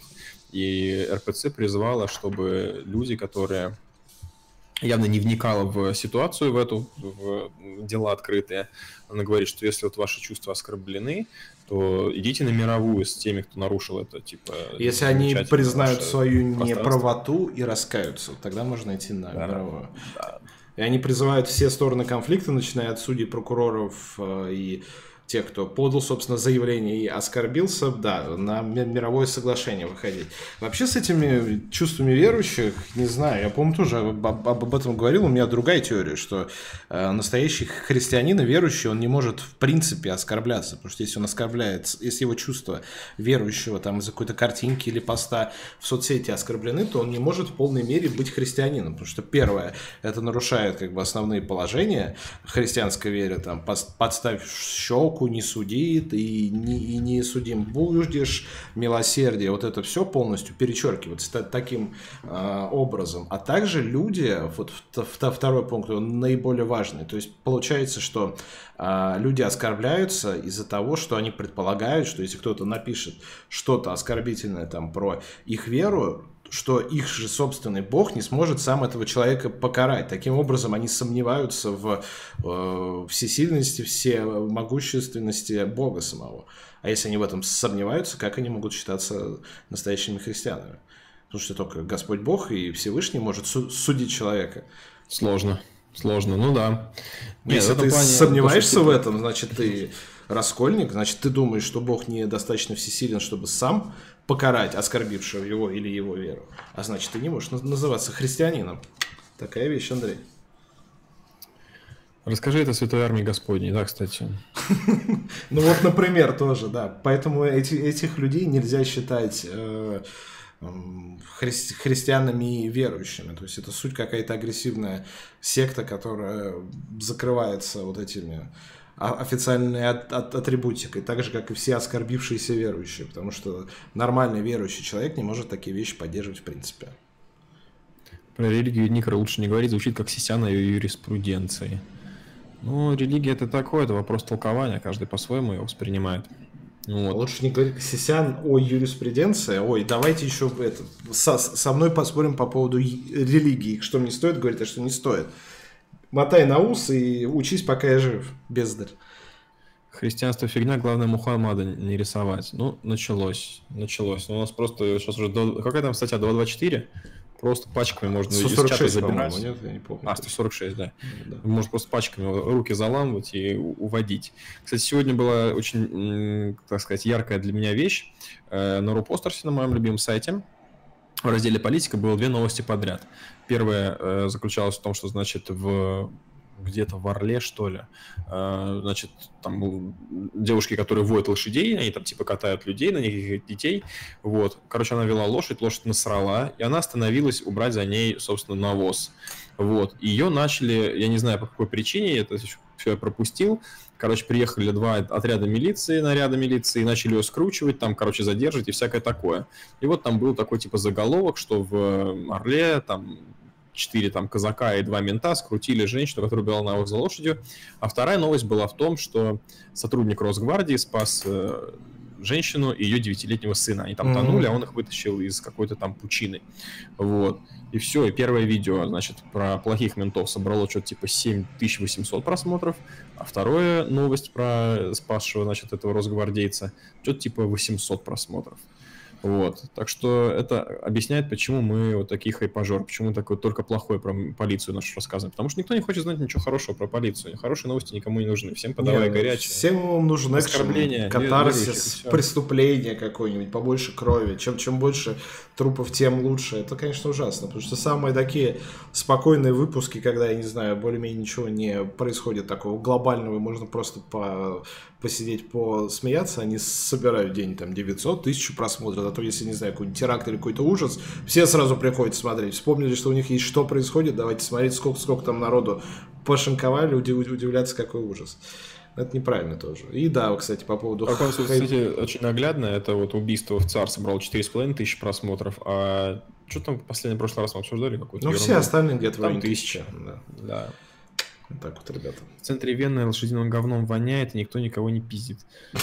И РПЦ призывала, чтобы люди, которые явно не вникала в ситуацию, в дела открытые. Она говорит, что если вот ваши чувства оскорблены, то идите на мировую с теми, кто нарушил это, типа... Если они признают свою неправоту и раскаются, тогда можно идти на мировую. Да. И они призывают все стороны конфликта, начиная от судей, прокуроров и тех, кто подал, собственно, заявление и оскорбился, да, на мировое соглашение выходить. Вообще с этими чувствами верующих, не знаю, я, по-моему, тоже об этом говорил, у меня другая теория, что настоящий христианин и верующий, он не может в принципе оскорбляться, потому что если он оскорбляется, если его чувства верующего там из-за какой-то картинки или поста в соцсети оскорблены, то он не может в полной мере быть христианином, потому что первое, это нарушает как бы основные положения христианской веры, там, подставь щеку, не судит и не судим будешь, милосердие, вот это все полностью перечеркивается таким образом. А также люди, вот второй пункт, он наиболее важный, то есть получается, что люди оскорбляются из-за того, что они предполагают, что если кто-то напишет что-то оскорбительное там про их веру, что их же собственный Бог не сможет сам этого человека покарать. Таким образом, они сомневаются в всесильности, всемогущественности Бога самого. А если они в этом сомневаются, как они могут считаться настоящими христианами? Потому что только Господь Бог и Всевышний может судить человека. Сложно, ну да. Если ты сомневаешься в этом, значит, ты раскольник, значит, ты думаешь, что Бог недостаточно всесилен, чтобы сам покарать оскорбившего его или его веру. А значит, ты не можешь называться христианином. Такая вещь, Андрей. Расскажи это Святой Армии Господней, да, кстати. Ну вот, например, тоже, да. Поэтому этих людей нельзя считать христианами и верующими. То есть это суть какая-то агрессивная секта, которая закрывается вот этими официальной атрибутикой, так же, как и все оскорбившиеся верующие, потому что нормальный верующий человек не может такие вещи поддерживать в принципе. Про религию Никера лучше не говорить, звучит как сисяна юриспруденции. Ну, религия это такое, это вопрос толкования, каждый по-своему его воспринимает. Вот. Лучше не говорить сисян о юриспруденции. Ой, давайте еще со мной поспорим по поводу религии, что мне стоит говорить, а что не стоит. мотай на ус и учись, пока я жив, бездарь. Христианство фигня, главное Мухаммада не рисовать. Ну, началось. У нас просто сейчас уже... Какая там статья? 224? Просто пачками можно из чата забирать. Нет, я не помню. 146, да. Можно просто пачками руки заламывать и уводить. Кстати, сегодня была очень, так сказать, яркая для меня вещь. На Рупостерсе, на моем любимом сайте, в разделе «Политика» было 2 новости подряд. Первая заключалась в том, что, значит, где-то в Орле, что ли, значит, там девушки, которые водят лошадей, они там типа катают людей, на них их детей, вот. Короче, она вела лошадь насрала, и она остановилась убрать за ней, собственно, навоз. Вот. Ее начали, я не знаю по какой причине, это все я пропустил, короче, приехали 2 наряда милиции, и начали ее скручивать, там, короче, задерживать и всякое такое. И вот там был такой типа заголовок, что в Орле там 4 там казака и 2 мента скрутили женщину, которая убила навоз за лошадью. А вторая новость была в том, что сотрудник Росгвардии спас женщину и ее 9-летнего сына. Они там тонули, а он их вытащил из какой-то там пучины. Вот. И все, и первое видео, значит, про плохих ментов собрало что-то типа 7800 просмотров, а второе новость про спасшего, значит, этого росгвардейца, что-то типа 800 просмотров. Вот. Так что это объясняет, почему мы вот такие хайпажоры, почему мы такое только плохое про полицию нашу рассказываем. Потому что никто не хочет знать ничего хорошего про полицию. Хорошие новости никому не нужны. Всем подавай горячее. Всем вам нужен экшен, катарсис, преступление какое-нибудь, побольше крови. Чем больше трупов, тем лучше. Это, конечно, ужасно. Потому что самые такие спокойные выпуски, когда, я не знаю, более-менее ничего не происходит такого глобального, можно просто посидеть, посмеяться, они собирают день там 900, 1000 просмотров, а то если, не знаю, какой-нибудь теракт или какой-то ужас, все сразу приходят смотреть. Вспомнили, что у них есть что происходит, давайте смотреть, сколько там народу пошинковали, удивляться, какой ужас. Это неправильно тоже. И да, кстати, по поводу... Кстати, очень наглядно, это вот убийство в ЦАР собрало 4500 просмотров, а что там в прошлый раз мы обсуждали? Какую-то ерунду? Все остальные где-то в районе 1000. Да. Вот так вот, ребята. В центре Вены лошадиным говном воняет, и никто никого не пиздит.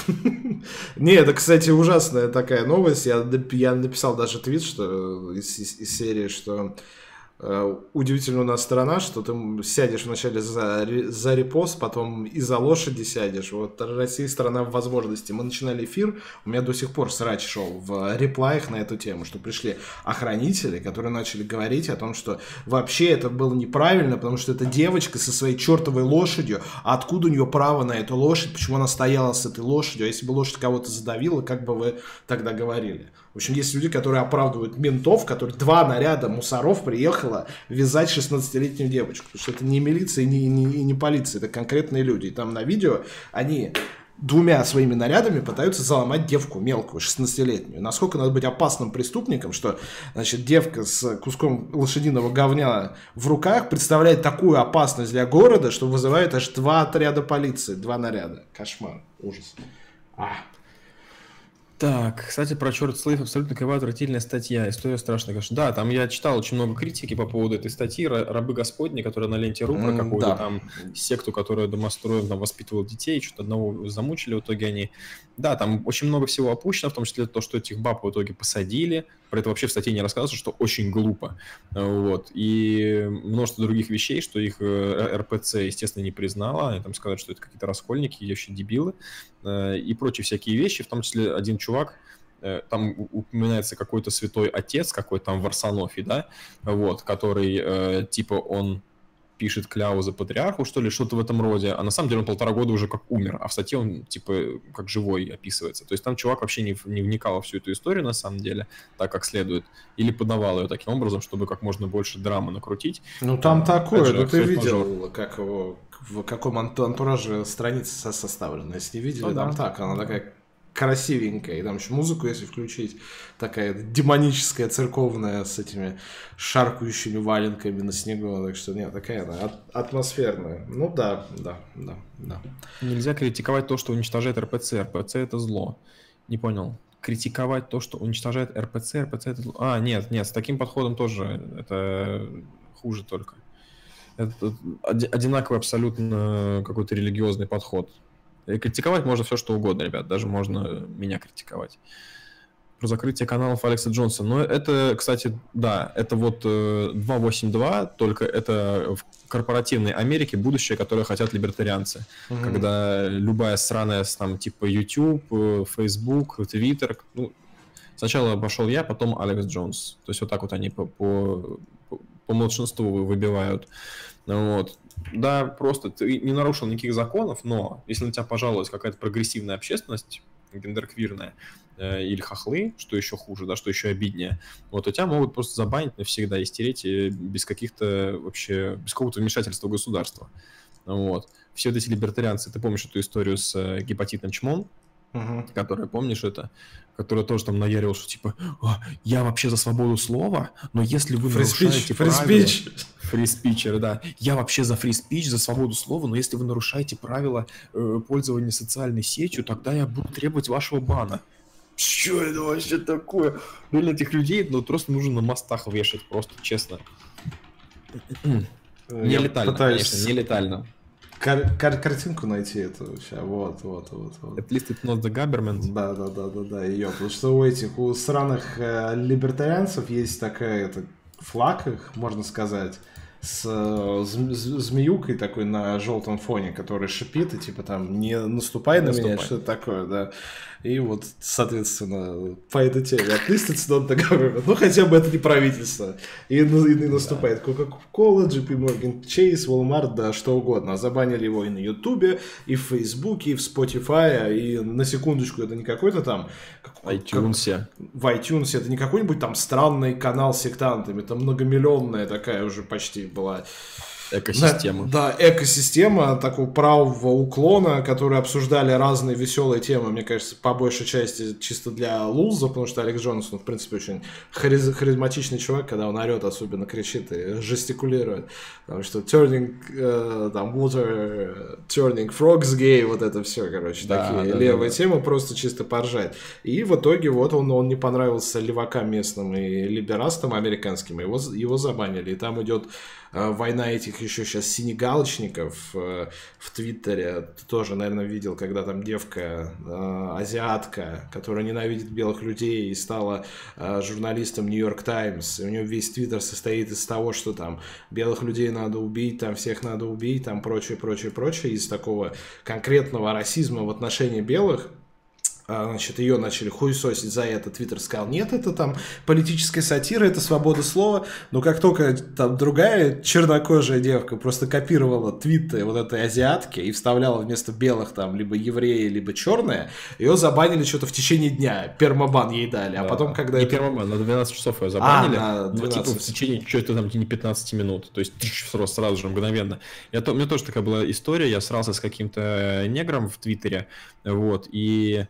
Не, это, кстати, ужасная такая новость. Я написал даже твит, что из серии, что удивительная у нас страна, что ты сядешь вначале за репост, потом и за лошади сядешь. Вот Россия — страна возможностей. Мы начинали эфир, у меня до сих пор срач шел в реплаях на эту тему, что пришли охранители, которые начали говорить о том, что вообще это было неправильно, потому что это девочка со своей чертовой лошадью, а откуда у нее право на эту лошадь, почему она стояла с этой лошадью, а если бы лошадь кого-то задавила, как бы вы тогда говорили? В общем, есть люди, которые оправдывают ментов, которые 2 наряда мусоров приехало вязать 16-летнюю девочку. Потому что это не милиция и не полиция, это конкретные люди. И там на видео они 2 своими нарядами пытаются заломать девку мелкую, 16-летнюю. Насколько надо быть опасным преступником, что, значит, девка с куском лошадиного говня в руках представляет такую опасность для города, что вызывает аж 2 отряда полиции, 2 наряда. Кошмар, ужас. Так, кстати, про Short Sleeve абсолютно какая отвратительная статья. История страшная, конечно. Да, там я читал очень много критики по поводу этой статьи. Рабы Господни, которая на ленте.ру про какую-то там секту, которая домостроем там воспитывала детей, что-то одного замучили в итоге они. Да, там очень много всего опущено, в том числе то, что этих баб в итоге посадили. Про это вообще в статье не рассказывается, что очень глупо. Вот. И множество других вещей, что их РПЦ, естественно, не признала. Они там сказали, что это какие-то раскольники, вообще дебилы. И прочие всякие вещи, в том числе один чувак, там упоминается какой-то святой отец, какой-то там в Варсонофе, да, вот, который, типа, он пишет кляузы патриарху, что ли, что-то в этом роде, а на самом деле он 1,5 года уже как умер, а в статье он, типа, как живой описывается. То есть там чувак вообще не вникал во всю эту историю, на самом деле, так как следует, или подавал ее таким образом, чтобы как можно больше драмы накрутить. Ну, там такое, ну, ты видел, как его, в каком антураже страница составлена. Если не видели, там так, она такая красивенькая, и там еще музыку, если включить, такая демоническая, церковная, с этими шаркающими валенками на снегу, так что нет, такая она атмосферная. Ну да. Нельзя критиковать то, что уничтожает РПЦ. РПЦ — это зло. Не понял. Критиковать то, что уничтожает РПЦ это зло. А, нет, с таким подходом тоже это хуже только. Это одинаковый абсолютно какой-то религиозный подход. И критиковать можно все, что угодно, ребят. Даже можно меня критиковать. про закрытие каналов Алекса Джонса. Но это, кстати, да, это вот 282, только это в корпоративной Америке будущее, которое хотят либертарианцы. Когда любая сраная, там, типа YouTube, Facebook, Twitter, ну, сначала пошел я, потом Алекс Джонс. То есть вот так вот они по младшинству выбивают. Вот. Да, просто ты не нарушил никаких законов, но если на тебя пожаловалась какая-то прогрессивная общественность, гендерквирная, или хохлы, что еще хуже, да, что еще обиднее, вот, у тебя могут просто забанить навсегда и стереть без каких-то вообще, без какого-то вмешательства государства. Вот. Все вот эти либертарианцы, ты помнишь эту историю с гепатитным чмом, которая, помнишь это, которая тоже там наярил, что типа, я вообще за свободу слова, но если вы нарушаете правила... Фриспичер, да. Я вообще за фриспич, за свободу слова, но если вы нарушаете правила пользования социальной сетью, тогда я буду требовать вашего бана. Что это вообще такое? Реально этих людей, ну, просто нужно на мостах вешать, просто, честно. Не летально, конечно, не летально. Картинку найти эту сейчас. Вот. At least it's not the government. Да, ее. Потому что у сраных либертарианцев есть такая флаг их, можно сказать, с змеюкой такой на желтом фоне, который шипит и типа там не наступай на меня, что-то такое, да. И вот, соответственно, по этой теме at least it's not the government. Ну, хотя бы это не правительство. И наступает Coca-Cola, JP Morgan Chase, Walmart, да, что угодно. Забанили его и на Ютубе, и в Фейсбуке, и в Spotify, и на секундочку, это не какой-то там... В iTunes. В iTunes это не какой-нибудь там странный канал с сектантами, это многомиллионная такая уже почти была... Экосистема. Да, экосистема такого правого уклона, которые обсуждали разные веселые темы, мне кажется, по большей части чисто для луза, потому что Алекс Джонс, в принципе, очень харизматичный чувак, когда он орет, особенно кричит и жестикулирует. Потому что turning water, turning frogs gay, вот это все, короче, такие левые темы, просто чисто поржать. И в итоге вот он не понравился левакам местным и либерастам американским, его забанили. И там идет война этих еще сейчас синегалочников в Твиттере. Ты тоже, наверное, видел, когда там девка азиатка, которая ненавидит белых людей и стала журналистом Нью-Йорк Таймс. И у нее весь Твиттер состоит из того, что там белых людей надо убить, там всех надо убить, там прочее. Из такого конкретного расизма в отношении белых. Значит, ее начали хуесосить за это. Твиттер сказал, нет, это там политическая сатира, это свобода слова. Но как только там другая чернокожая девка просто копировала твиты вот этой азиатки и вставляла вместо белых там либо евреи, либо черные, ее забанили что-то в течение дня. Пермабан ей дали. А потом, когда... Не пермабан, на 12 часов ее забанили. На 12. Ну, типа в течение что-то там не 15 минут. То есть сразу же, мгновенно. У меня тоже такая была история. Я срался с каким-то негром в Твиттере. Вот, и...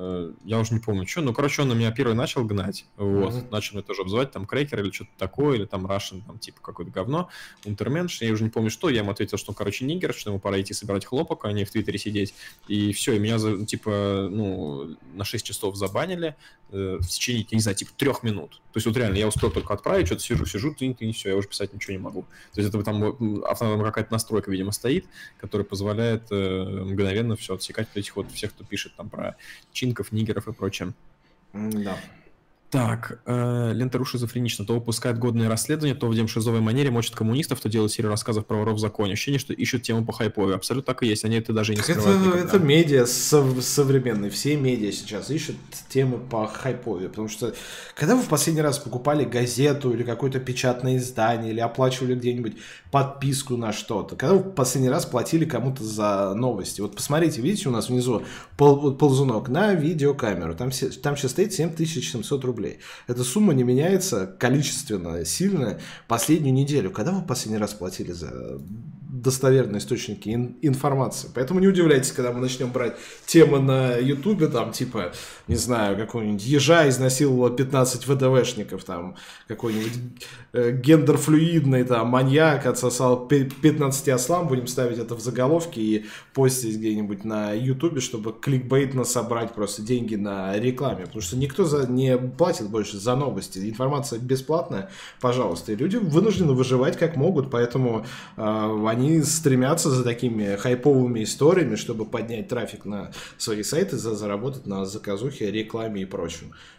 Я уже не помню, что. Ну, короче, он на меня первый начал гнать. Вот. Начал меня тоже обзывать, там, крекер или что-то такое, или там Russian, там, типа, какое-то говно. Унтерменш. Я уже не помню, что. Я ему ответил, что, короче, нигер, что ему пора идти собирать хлопок, а не в Твиттере сидеть. И все, и меня, типа, на 6 часов забанили в течение, я не знаю, типа, 3 минут. То есть, вот реально, я успел только отправить, что-то сижу, и все, я уже писать ничего не могу. То есть, это там какая-то настройка, видимо, стоит, которая позволяет мгновенно все отсекать этих вот всех, кто пишет там про чинков, нигеров и прочее. Да. Так, лента Ру шизофренично. То выпускает годные расследования, то в демшизовой манере мочит коммунистов, то делает серию рассказов про воров в законе. Ощущение, что ищут тему по хайпове. Абсолютно так и есть. Они это даже и не скрывают никогда. Это медиа современные. Все медиа сейчас ищут темы по хайпове. Потому что, когда вы в последний раз покупали газету или какое-то печатное издание, или оплачивали где-нибудь подписку на что-то, когда вы в последний раз платили кому-то за новости. Вот посмотрите, видите, у нас внизу ползунок на видеокамеру. Там сейчас стоит 7700 рублей. Эта сумма не меняется количественно сильно последнюю неделю. Когда вы последний раз платили за достоверные источники информации? Поэтому не удивляйтесь, когда мы начнем брать темы на Ютубе, там типа, не знаю, какого-нибудь ежа изнасиловало 15 ВДВшников, там какой-нибудь гендерфлюидный там маньяк отсосал 15 ослам, будем ставить это в заголовке и постить где-нибудь на Ютубе, чтобы кликбейтно собрать просто деньги на рекламе, потому что никто не платит больше за новости, информация бесплатная, пожалуйста, и люди вынуждены выживать как могут, поэтому они стремятся за такими хайповыми историями, чтобы поднять трафик на свои сайты, заработать на заказухе, рекламе и прочем.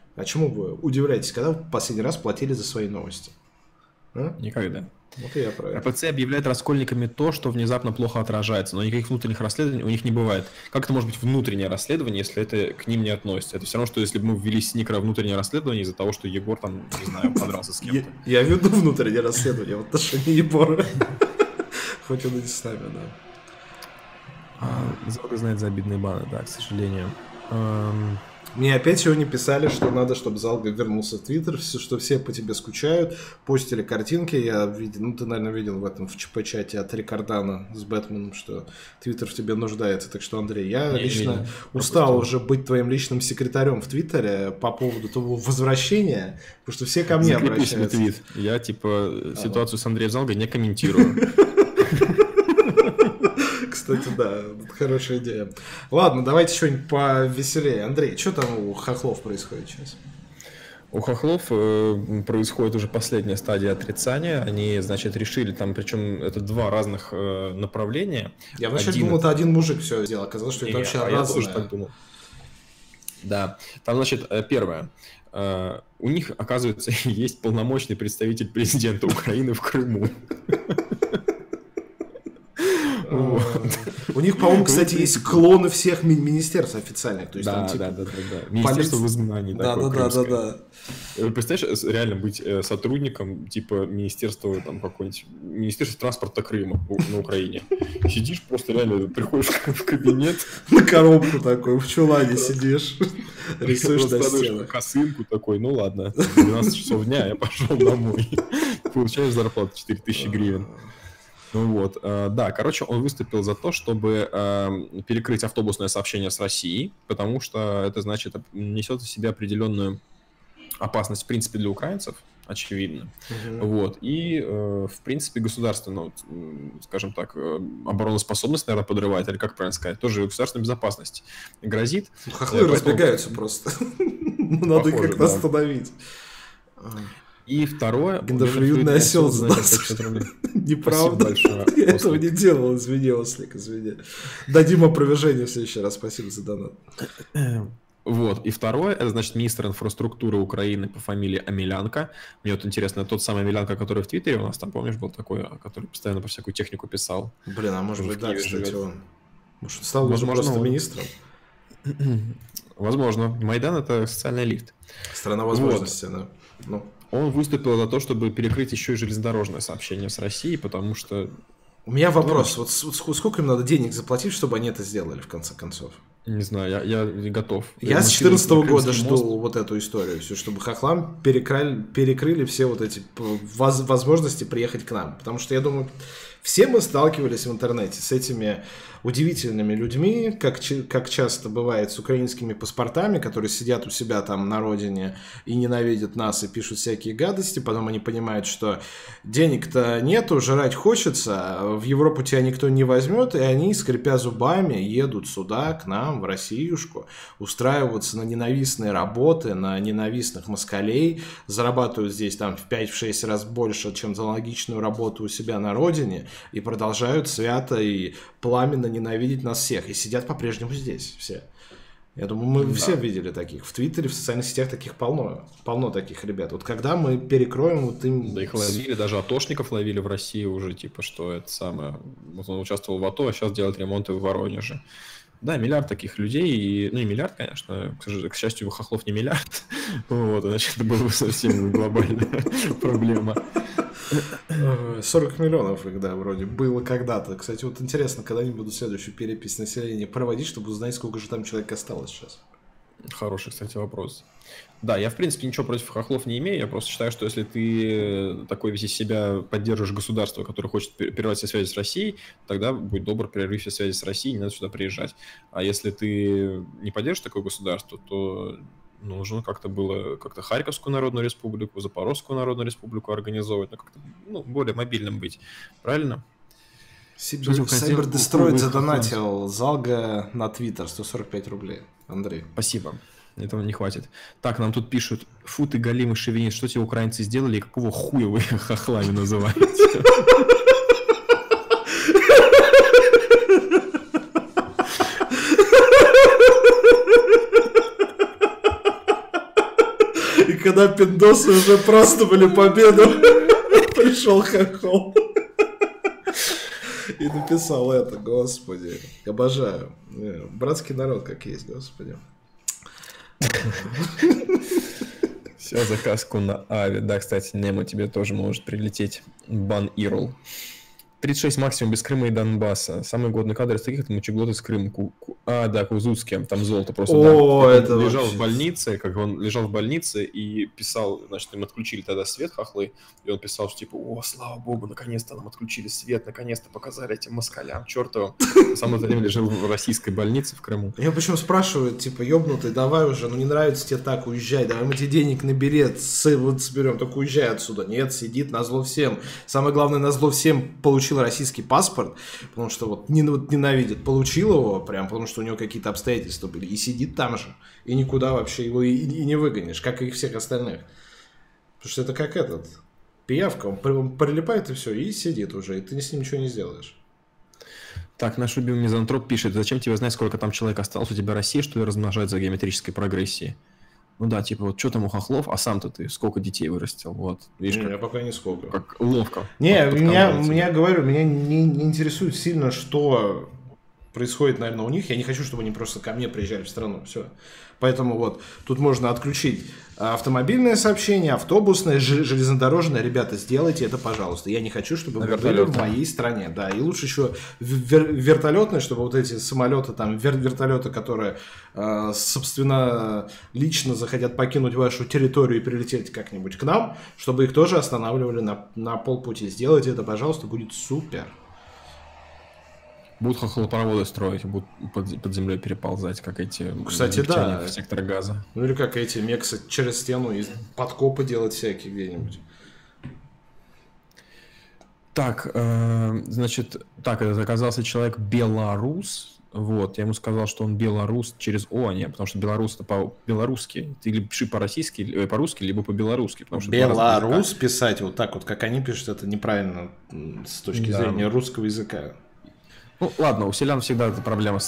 А чему вы удивляетесь, когда вы в последний раз платили за свои новости? А? Никогда. Вот и я про это. РПЦ объявляет раскольниками то, что внезапно плохо отражается, но никаких внутренних расследований у них не бывает. Как это может быть внутреннее расследование, если это к ним не относится? Это все равно, что если бы мы ввели Сникера внутреннее расследование из-за того, что Егор там, не знаю, подрался с кем-то. Я веду внутреннее расследование в отношении Егора. Хоть он и не с нами, да. Залга знает за обидные баны, да, к сожалению. Мне опять сегодня писали, что надо, чтобы Залга вернулся в Твиттер, что все по тебе скучают, постили картинки, я видел, ну ты, наверное, видел в этом в ЧП-чате от Рикардана с Бэтменом, что Твиттер в тебе нуждается, так что, Андрей, я лично устал уже быть твоим личным секретарем в Твиттере по поводу того возвращения, потому что все ко мне обращаются. Твит. Я, ситуацию с Андреем Залгой не комментирую. Кстати, да, хорошая идея. Ладно, давайте что-нибудь повеселее. Андрей, что там у хохлов происходит сейчас? У хохлов происходит уже последняя стадия отрицания. Они, значит, решили там, причем это два разных направления. Я вначале думал, это один мужик все сделал. Оказалось, что это вообще разное. Я тоже так думал. Да, там, значит, первое. У них, оказывается, есть полномочный представитель президента Украины в Крыму. У них, по-моему, кстати, есть клоны всех министерств официальных. То есть, да. Министерство в изгнании. Да. Представляешь, реально быть сотрудником типа министерства, там, какой-нибудь Министерства транспорта Крыма на Украине. Сидишь, просто реально приходишь в кабинет. На коробку такой, в чулане сидишь. Рисуешь на стенах. Косынку такой, ну ладно, 12 часов дня, я пошел домой. Получаешь зарплату 4000 гривен. Ну вот, да, короче, он выступил за то, чтобы перекрыть автобусное сообщение с Россией, потому что это, значит, несет в себе определенную опасность, в принципе, для украинцев, очевидно. Вот, и, в принципе, государство, ну, скажем так, обороноспособность, наверное, подрывает, или как правильно сказать, тоже государственная безопасность грозит. Хохлы разбегаются просто. Надо их как-то остановить. И второе... Гендерфлюидный осел, неправда. Я этого не делал, извини, Ослик, извини. Дадим опровержение в следующий раз, спасибо за донат. Вот, и второе, это, значит, министр инфраструктуры Украины по фамилии Амелянка. Мне вот интересно, тот самый Амелянка, который в Твиттере у нас там, помнишь, был такой, который постоянно про всякую технику писал. Блин, а может быть, да, кстати, он... Может, стал уже просто министром? Возможно. Майдан — это социальный лифт. Страна возможностей, да. Ну... Он выступил за то, чтобы перекрыть еще и железнодорожное сообщение с Россией, потому что... У меня вопрос. Вот сколько им надо денег заплатить, чтобы они это сделали, в конце концов? Не знаю, я готов. Я с 2014 года жду вот эту историю, чтобы хохлам перекрыли все вот эти возможности приехать к нам. Потому что, я думаю, все мы сталкивались в интернете с этими удивительными людьми, как часто бывает с украинскими паспортами, которые сидят у себя там на родине и ненавидят нас и пишут всякие гадости, потом они понимают, что денег-то нету, жрать хочется, в Европу тебя никто не возьмет, и они, скрипя зубами, едут сюда, к нам, в Россиюшку, устраиваются на ненавистные работы, на ненавистных москалей, зарабатывают здесь там в 5-6 раз больше, чем за аналогичную работу у себя на родине, и продолжают свято и пламенно ненавидеть нас всех. И сидят по-прежнему здесь все. Я думаю, мы все видели таких. В Твиттере, в социальных сетях таких полно. Полно таких ребят. Вот когда мы перекроем вот им... Да их ловили, даже атошников ловили в России уже, типа, что это самое... Вот он участвовал в АТО, а сейчас делает ремонты в Воронеже. Да, миллиард таких людей, и, ну не миллиард, конечно, к счастью, у хохлов не миллиард, вот, иначе это была бы совсем глобальная проблема. 40 миллионов их, да, вроде было когда-то. Кстати, вот интересно, когда они будут следующую перепись населения проводить, чтобы узнать, сколько же там человек осталось сейчас. Хороший, кстати, вопрос. Да, я, в принципе, ничего против хохлов не имею, я просто считаю, что если ты такой весь из себя поддерживаешь государство, которое хочет прервать все связи с Россией, тогда будь добр, прерви все связи с Россией, не надо сюда приезжать. А если ты не поддержишь такое государство, то нужно как-то было Харьковскую Народную Республику, Запорожскую Народную Республику организовывать, как-то более мобильным быть. Правильно? Cyber-Destroy задонатил Залга на Твиттер 145 рублей. Андрей. Спасибо. Этого не хватит. Так, нам тут пишут: фу ты, галимый шовинист, что тебе украинцы сделали и какого хуя вы их хохлами называете? когда пиндосы уже праздновали победу, пришел хохол. И написал это, господи. Обожаю. Братский народ как есть, господи. Все, заказку на Ави. Да, кстати, Немо, тебе тоже может прилететь бан Ирл. 36 максимум без Крыма и Донбасса. Самый годный кадр из таких — это мочеглот из Крыма. Да, Кузуцкий, там золото просто. О, да. Это он лежал в больнице, как он лежал в больнице и писал, значит, им отключили тогда свет, хохлы, и он писал, что типа, о, слава богу, наконец-то нам отключили свет, наконец-то показали этим москалям, чертовым. Сам это время лежал в российской больнице в Крыму. Я почему спрашиваю, типа, ёбнутый, давай уже, ну не нравится тебе так, уезжай, давай мы тебе денег на билет вот соберем, только уезжай отсюда. Нет, сидит назло всем. Самое главное, назло всем получил российский паспорт, потому что вот ненавидит, получил его прям, потому что у него какие-то обстоятельства были, и сидит там же, и никуда вообще его и не выгонишь, как и всех остальных. Потому что это как пиявка, он прилипает и все, и сидит уже, и ты с ним ничего не сделаешь. Так, наш любимый мизантроп пишет, зачем тебе знать, сколько там человек осталось, у тебя Россия, что ли, размножается геометрической прогрессией? Ну да, типа, вот что там у хохлов, а сам-то ты сколько детей вырастил? Вот, видишь, я пока не сколько. Как ловко. Не, меня не интересует сильно, что происходит, наверное, у них. Я не хочу, чтобы они просто ко мне приезжали в страну. Все. Поэтому вот тут можно отключить автомобильное сообщение, автобусное, железнодорожное. Ребята, сделайте это, пожалуйста. Я не хочу, чтобы вы были в моей стране. Да, и лучше еще вертолетное, чтобы вот эти самолеты, там, вертолеты, которые, собственно, лично захотят покинуть вашу территорию и прилететь как-нибудь к нам, чтобы их тоже останавливали на полпути. Сделайте это, пожалуйста, будет супер. Будут хохлопроводы строить, будут под землей переползать, как эти, кстати, да, в сектор газа. Ну или как эти мексы через стену и подкопы делать всякие где-нибудь. Так, значит, это оказался человек белорус. Вот, я ему сказал, что он белорус через О, а не, потому что белорус это по-белорусски. Ты либо пиши по-российски, по-русски, либо по-белорусски. Белорус писать вот так вот, как они пишут, это неправильно с точки зрения русского языка. Ну, ладно, у селян всегда эта проблема,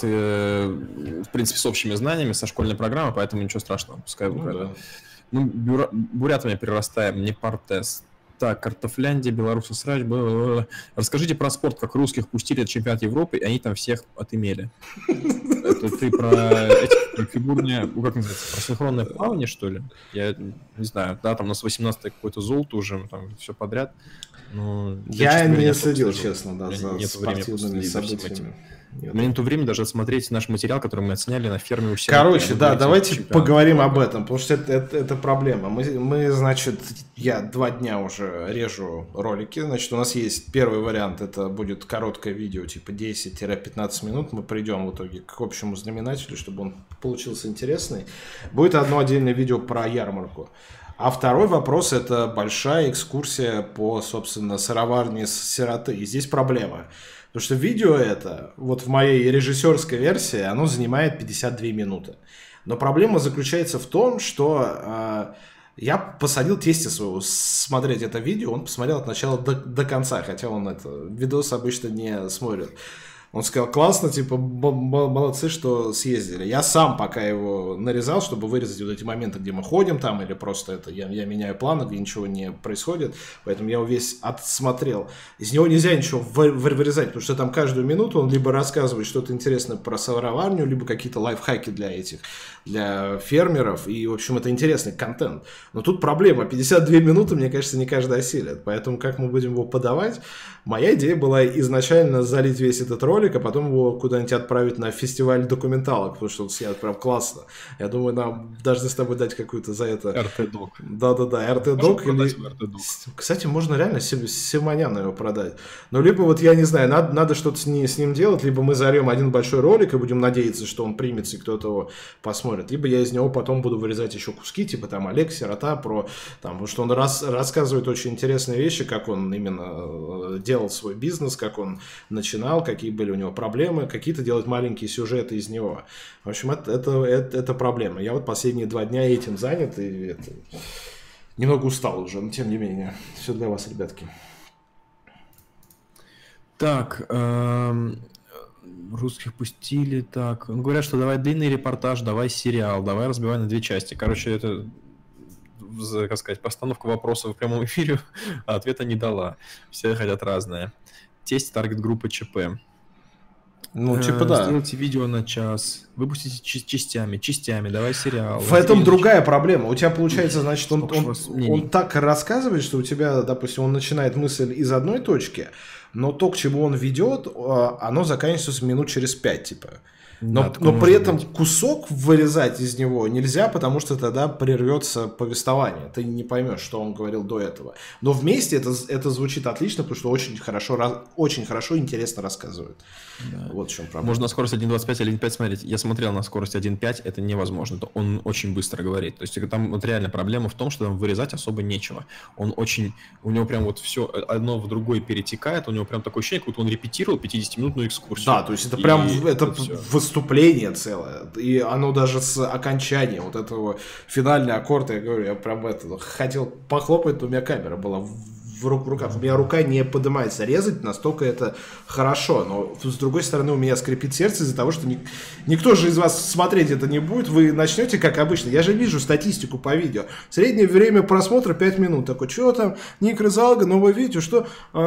в принципе, с общими знаниями, со школьной программой, поэтому ничего страшного, пускай выходит. Ну, бурятами перерастаем, не партес. Так, Картофляндия, белорусы срач. Расскажите про спорт, как русских пустили от чемпионата Европы, и они там всех отымели. Это ты про фигурные, как называется, про синхронное плавание, что ли? Я не знаю, да, там у нас 18-й какое-то золото уже, там все подряд. Но я не следил, честно, да, за спортивными событиями. Мне нету времени даже отсмотреть наш материал, который мы отсняли на ферме у себя. Короче, да, давайте поговорим об этом, потому что это проблема. Мы, значит, я 2 дня уже режу ролики. Значит, у нас есть первый вариант, это будет короткое видео, типа 10-15 минут. Мы придем в итоге к общему знаменателю, чтобы он получился интересный. Будет одно отдельное видео про ярмарку. А второй вопрос – это большая экскурсия по, собственно, сыроварне сироты. И здесь проблема. Потому что видео это, вот в моей режиссерской версии, оно занимает 52 минуты. Но проблема заключается в том, что я посадил тестя своего смотреть это видео, он посмотрел от начала до конца, хотя он видос обычно не смотрит. Он сказал, классно, типа, молодцы, что съездили. Я сам пока его нарезал, чтобы вырезать вот эти моменты, где мы ходим там, или просто это я меняю планы, где ничего не происходит. Поэтому я его весь отсмотрел. Из него нельзя ничего вырезать, потому что там каждую минуту он либо рассказывает что-то интересное про сыроварню, либо какие-то лайфхаки для фермеров. И, в общем, это интересный контент. Но тут проблема. 52 минуты, мне кажется, не каждый осилит. Поэтому как мы будем его подавать? Моя идея была изначально залить весь этот ролик, а потом его куда-нибудь отправить на фестиваль документалок, потому что он снят прям классно. Я думаю, нам должны с тобой дать какую-то за это... РТ-док. Да-да-да, РТ-док. Кстати, можно реально Симоняна его продать. Но либо вот, я не знаю, надо что-то с ним делать, либо мы зарем один большой ролик и будем надеяться, что он примется и кто-то его посмотрит. Либо я из него потом буду вырезать еще куски, типа там Олег Сирота, потому что он рассказывает очень интересные вещи, как он именно делал свой бизнес, как он начинал, какие были у него проблемы, какие-то делать маленькие сюжеты из него. В общем, это проблема. Я вот последние 2 дня этим занят, и немного устал уже, но тем не менее. Все для вас, ребятки. Так, русских пустили, так. Говорят, что давай длинный репортаж, давай сериал, давай разбивай на 2 части. Короче, это как сказать, постановка вопросов в прямом эфире, а ответа не дала. Все хотят разное. Тесть таргет-группы ЧП. Ну, типа да. Сделайте видео на час, выпустите частями, давай сериал. В этом другая проблема. У тебя получается, значит, он так рассказывает, что у тебя, допустим, он начинает мысль из одной точки, но то, к чему он ведет, оно заканчивается минут через 5, типа. Но при этом кусок вырезать из него нельзя, потому что тогда прервется повествование. Ты не поймешь, что он говорил до этого. Но вместе это звучит отлично, потому что очень хорошо, интересно рассказывает. Да. Вот в чем проблема. Можно на скорость 1.25 или 1.5 смотреть. Я смотрел на скорость 1.5, это невозможно. Он очень быстро говорит. То есть там вот реально проблема в том, что там вырезать особо нечего. У него прям вот все одно в другое перетекает. У него прям такое ощущение, как будто он репетировал 50-минутную экскурсию. Да, то есть это прям выступление целое. И оно даже с окончания вот этого финальный аккорд, я говорю, я прям хотел похлопать, но у меня камера была в руках. У меня рука не поднимается резать, настолько это хорошо. Но с другой стороны у меня скрипит сердце из-за того, что никто же из вас смотреть это не будет. Вы начнете, как обычно. Я же вижу статистику по видео. Среднее время просмотра 5 минут. Такой, что там? Ник Рызалга, новое видео, что?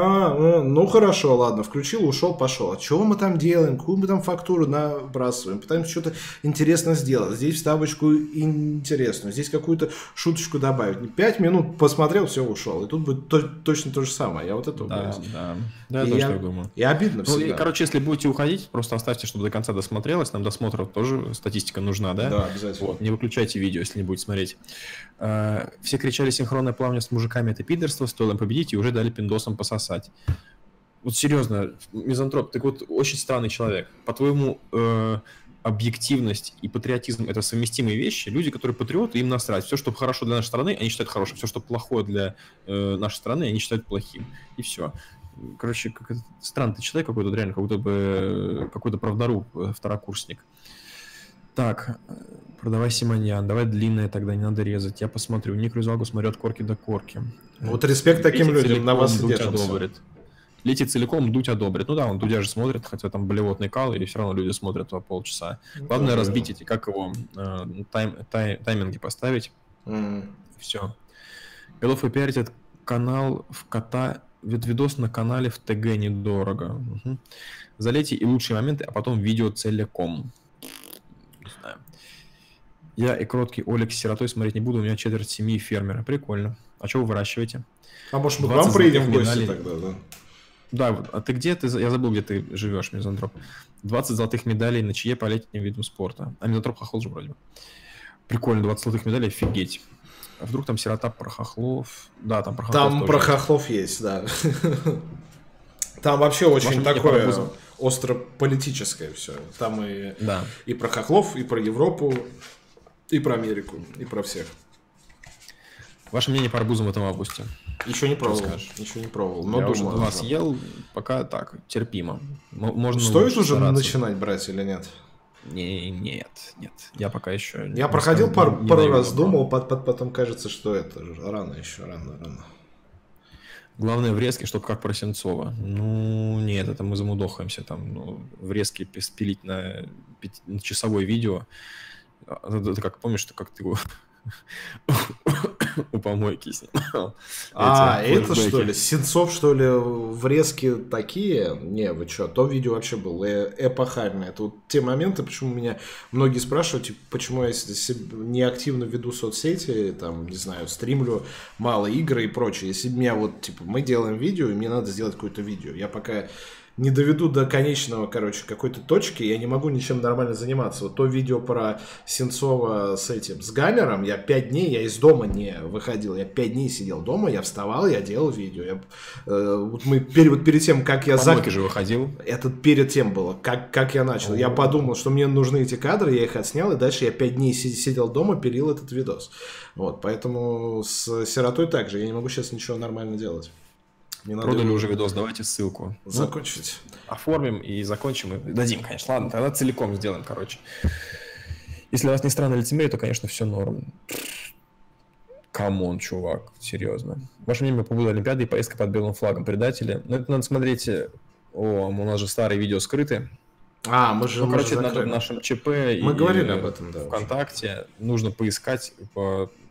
Ну хорошо, ладно. Включил, ушел, пошел. А чего мы там делаем? Какую мы там фактуру набрасываем? Пытаемся что-то интересно сделать. Здесь вставочку интересную. Здесь какую-то шуточку добавить. 5 минут посмотрел, все, ушел. И тут будет точно то же самое. Я вот это боюсь. Да, я тоже так думаю. И обидно всегда. Короче, если будете уходить, просто оставьте, чтобы до конца досмотрелось. Нам досмотра тоже статистика нужна, да? Да, обязательно. Вот, не выключайте видео, если не будете смотреть. Все кричали синхронное плавание с мужиками — это пидорство, стоило им победить и уже дали пиндосам пососать. Вот серьезно, мизантроп, ты вот очень странный человек. По-твоему, объективность и патриотизм — это совместимые вещи. Люди, которые патриоты, им насрать. Все, что хорошо для нашей страны, они считают хорошим. Все, что плохое для нашей страны, они считают плохим. И все. Короче, странный человек какой-то, реально, как будто бы какой-то правдоруб, второкурсник. Так, продавай Симоньян, давай длинное тогда, не надо резать. Я посмотрю. Ник Рызалгу смотрю от корки до корки. Вот респект таким людям, на вас держимся. Летит целиком, Дудь одобрит. Ну да, он Дудя же смотрит, хотя там блевотный кал, и все равно люди смотрят по полчаса. Главное разбить эти, как его, тайминги поставить. Все. Готов и пиарить этот канал в кота, видос на канале в ТГ недорого. Залейте и лучшие моменты, а потом видео целиком. Не знаю. Я и кроткий Олег с сиротой смотреть не буду, у меня четверть семьи фермера. Прикольно. А что вы выращиваете? А может мы к вам приедем в гости тогда, да? Да, а ты где? Я забыл, где ты живешь, мизантроп. 20 золотых медалей на чье по летним видам спорта. А мизантроп хохол же вроде бы. Прикольно, 20 золотых медалей, офигеть. А вдруг там сирота про хохлов? Да, там про хохлов. Там про хохлов есть, да. Там вообще очень такое остро-политическое все. Там и про хохлов, и про Европу, и про Америку, и про всех. Ваше мнение по арбузам в этом августе? Еще не пробовал. Еще не пробовал. Но я уже 2 съел, пока так, терпимо. Можно стоит уже начинать брать или нет? Нет. Я пока еще... Я проходил пару раз, думал, потом кажется, что это рано еще, рано. Главное, врезки, чтобы как про Сенцова. Ну, нет, это мы замудохаемся там. Врезки спилить на часовое видео. Это как, помнишь, как ты его... у помойки снимал. Это что ли? Сенцов, что ли, врезки такие? Не, вы что, то видео вообще было эпохальное. Это вот те моменты, почему меня многие спрашивают, типа, почему я не активно веду соцсети, там, не знаю, стримлю мало игр и прочее. Если меня вот, типа, мы делаем видео, и мне надо сделать какое-то видео. Я пока не доведу до конечного, какой-то точки, я не могу ничем нормально заниматься. Вот то видео про Сенцова с Гамером, я 5 дней, я из дома не выходил, я 5 дней сидел дома, я вставал, я делал видео. Мы перед тем, как я... Помойки же выходил. Это перед тем было, как я начал. Я подумал, что мне нужны эти кадры, я их отснял, и дальше я 5 дней сидел дома, пилил этот видос. Вот, поэтому с сиротой также, я не могу сейчас ничего нормально делать. Продали уже видос, давайте ссылку. Закончить. Оформим и закончим. И дадим, конечно. Ладно, тогда целиком сделаем, короче. Если у вас не странно лицемерие, то, конечно, все норм. Камон, чувак, серьезно. Ваше мнение по поводу Олимпиады и поездка под белым флагом. Предатели. Ну, это надо смотреть... у нас же старые видео скрыты. Мы же короче, надо в нашем ЧП мы говорили об этом, да. ВКонтакте. Нужно поискать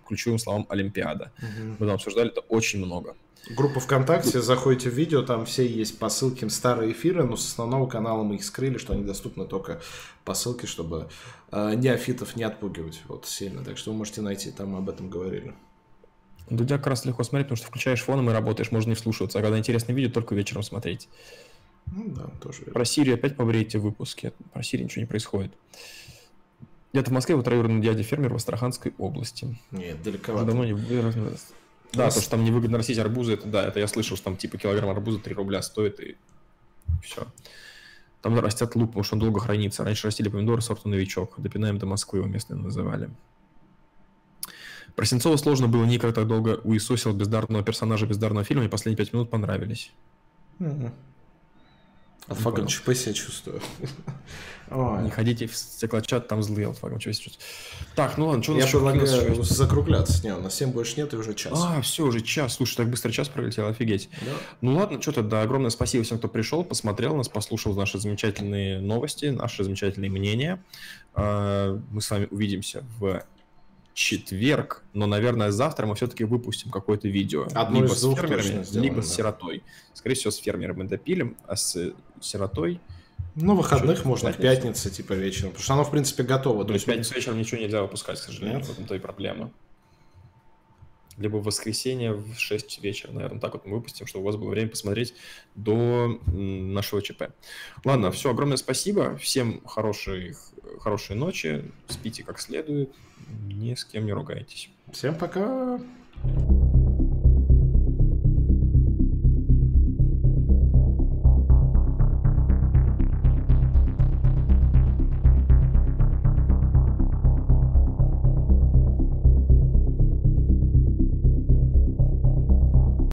ключевым словам Олимпиада. Мы там обсуждали это очень много. Группа ВКонтакте, заходите в видео, там все есть по ссылке старые эфиры, но с основного канала мы их скрыли, что они доступны только по ссылке, чтобы неофитов не отпугивать вот сильно. Так что вы можете найти, там мы об этом говорили. Дудя как раз легко смотреть, потому что включаешь фоном и работаешь, можно не вслушиваться. А когда интересное видео, только вечером смотреть. Ну да, тоже верно. Про Сирию опять побрейте в выпуске. Про Сирию ничего не происходит. Где-то в Москве вот троюродный дядя фермер в Астраханской области. Нет, далековато. Давно не выразилось. Да, то, что там невыгодно растить арбузы, это я слышал, что там типа килограмм арбуза 3 рубля стоит, и все. Там растет лук, потому что он долго хранится. Раньше растили помидоры, сорта новичок. Допинаем до Москвы, его местные называли. Про Сенцова сложно было, никак так долго уисосил бездарного персонажа бездарного фильма, и последние 5 минут понравились. Алфаган ЧП себя чувствую. Не ходите в стеклочат, там злые Алфаган ЧП себя чувствую. Так, ну ладно, что у нас еще? Я предлагаю закругляться. Не, у нас 7 больше нет, и уже час. Все, уже час. Слушай, так быстро час пролетел, офигеть. Да. Ну ладно, что-то, да, огромное спасибо всем, кто пришел, посмотрел нас, послушал наши замечательные новости, наши замечательные мнения. Мы с вами увидимся в четверг, но, наверное, завтра мы все-таки выпустим какое-то видео. Одно либо из двух с фермерами, точно сделаем, либо с сиротой. Скорее всего, с фермером мы допилим, а с сиротой... Ну, выходных можно в пятницу, типа вечером, потому что оно, в принципе, готово. То есть в пятницу вечером ничего нельзя выпускать, к сожалению, в этом-то и проблема. Либо в воскресенье в 6 вечера, наверное, так вот мы выпустим, чтобы у вас было время посмотреть до нашего ЧП. Ладно, все, огромное спасибо, всем хорошей ночи, спите как следует, ни с кем не ругайтесь. Всем пока!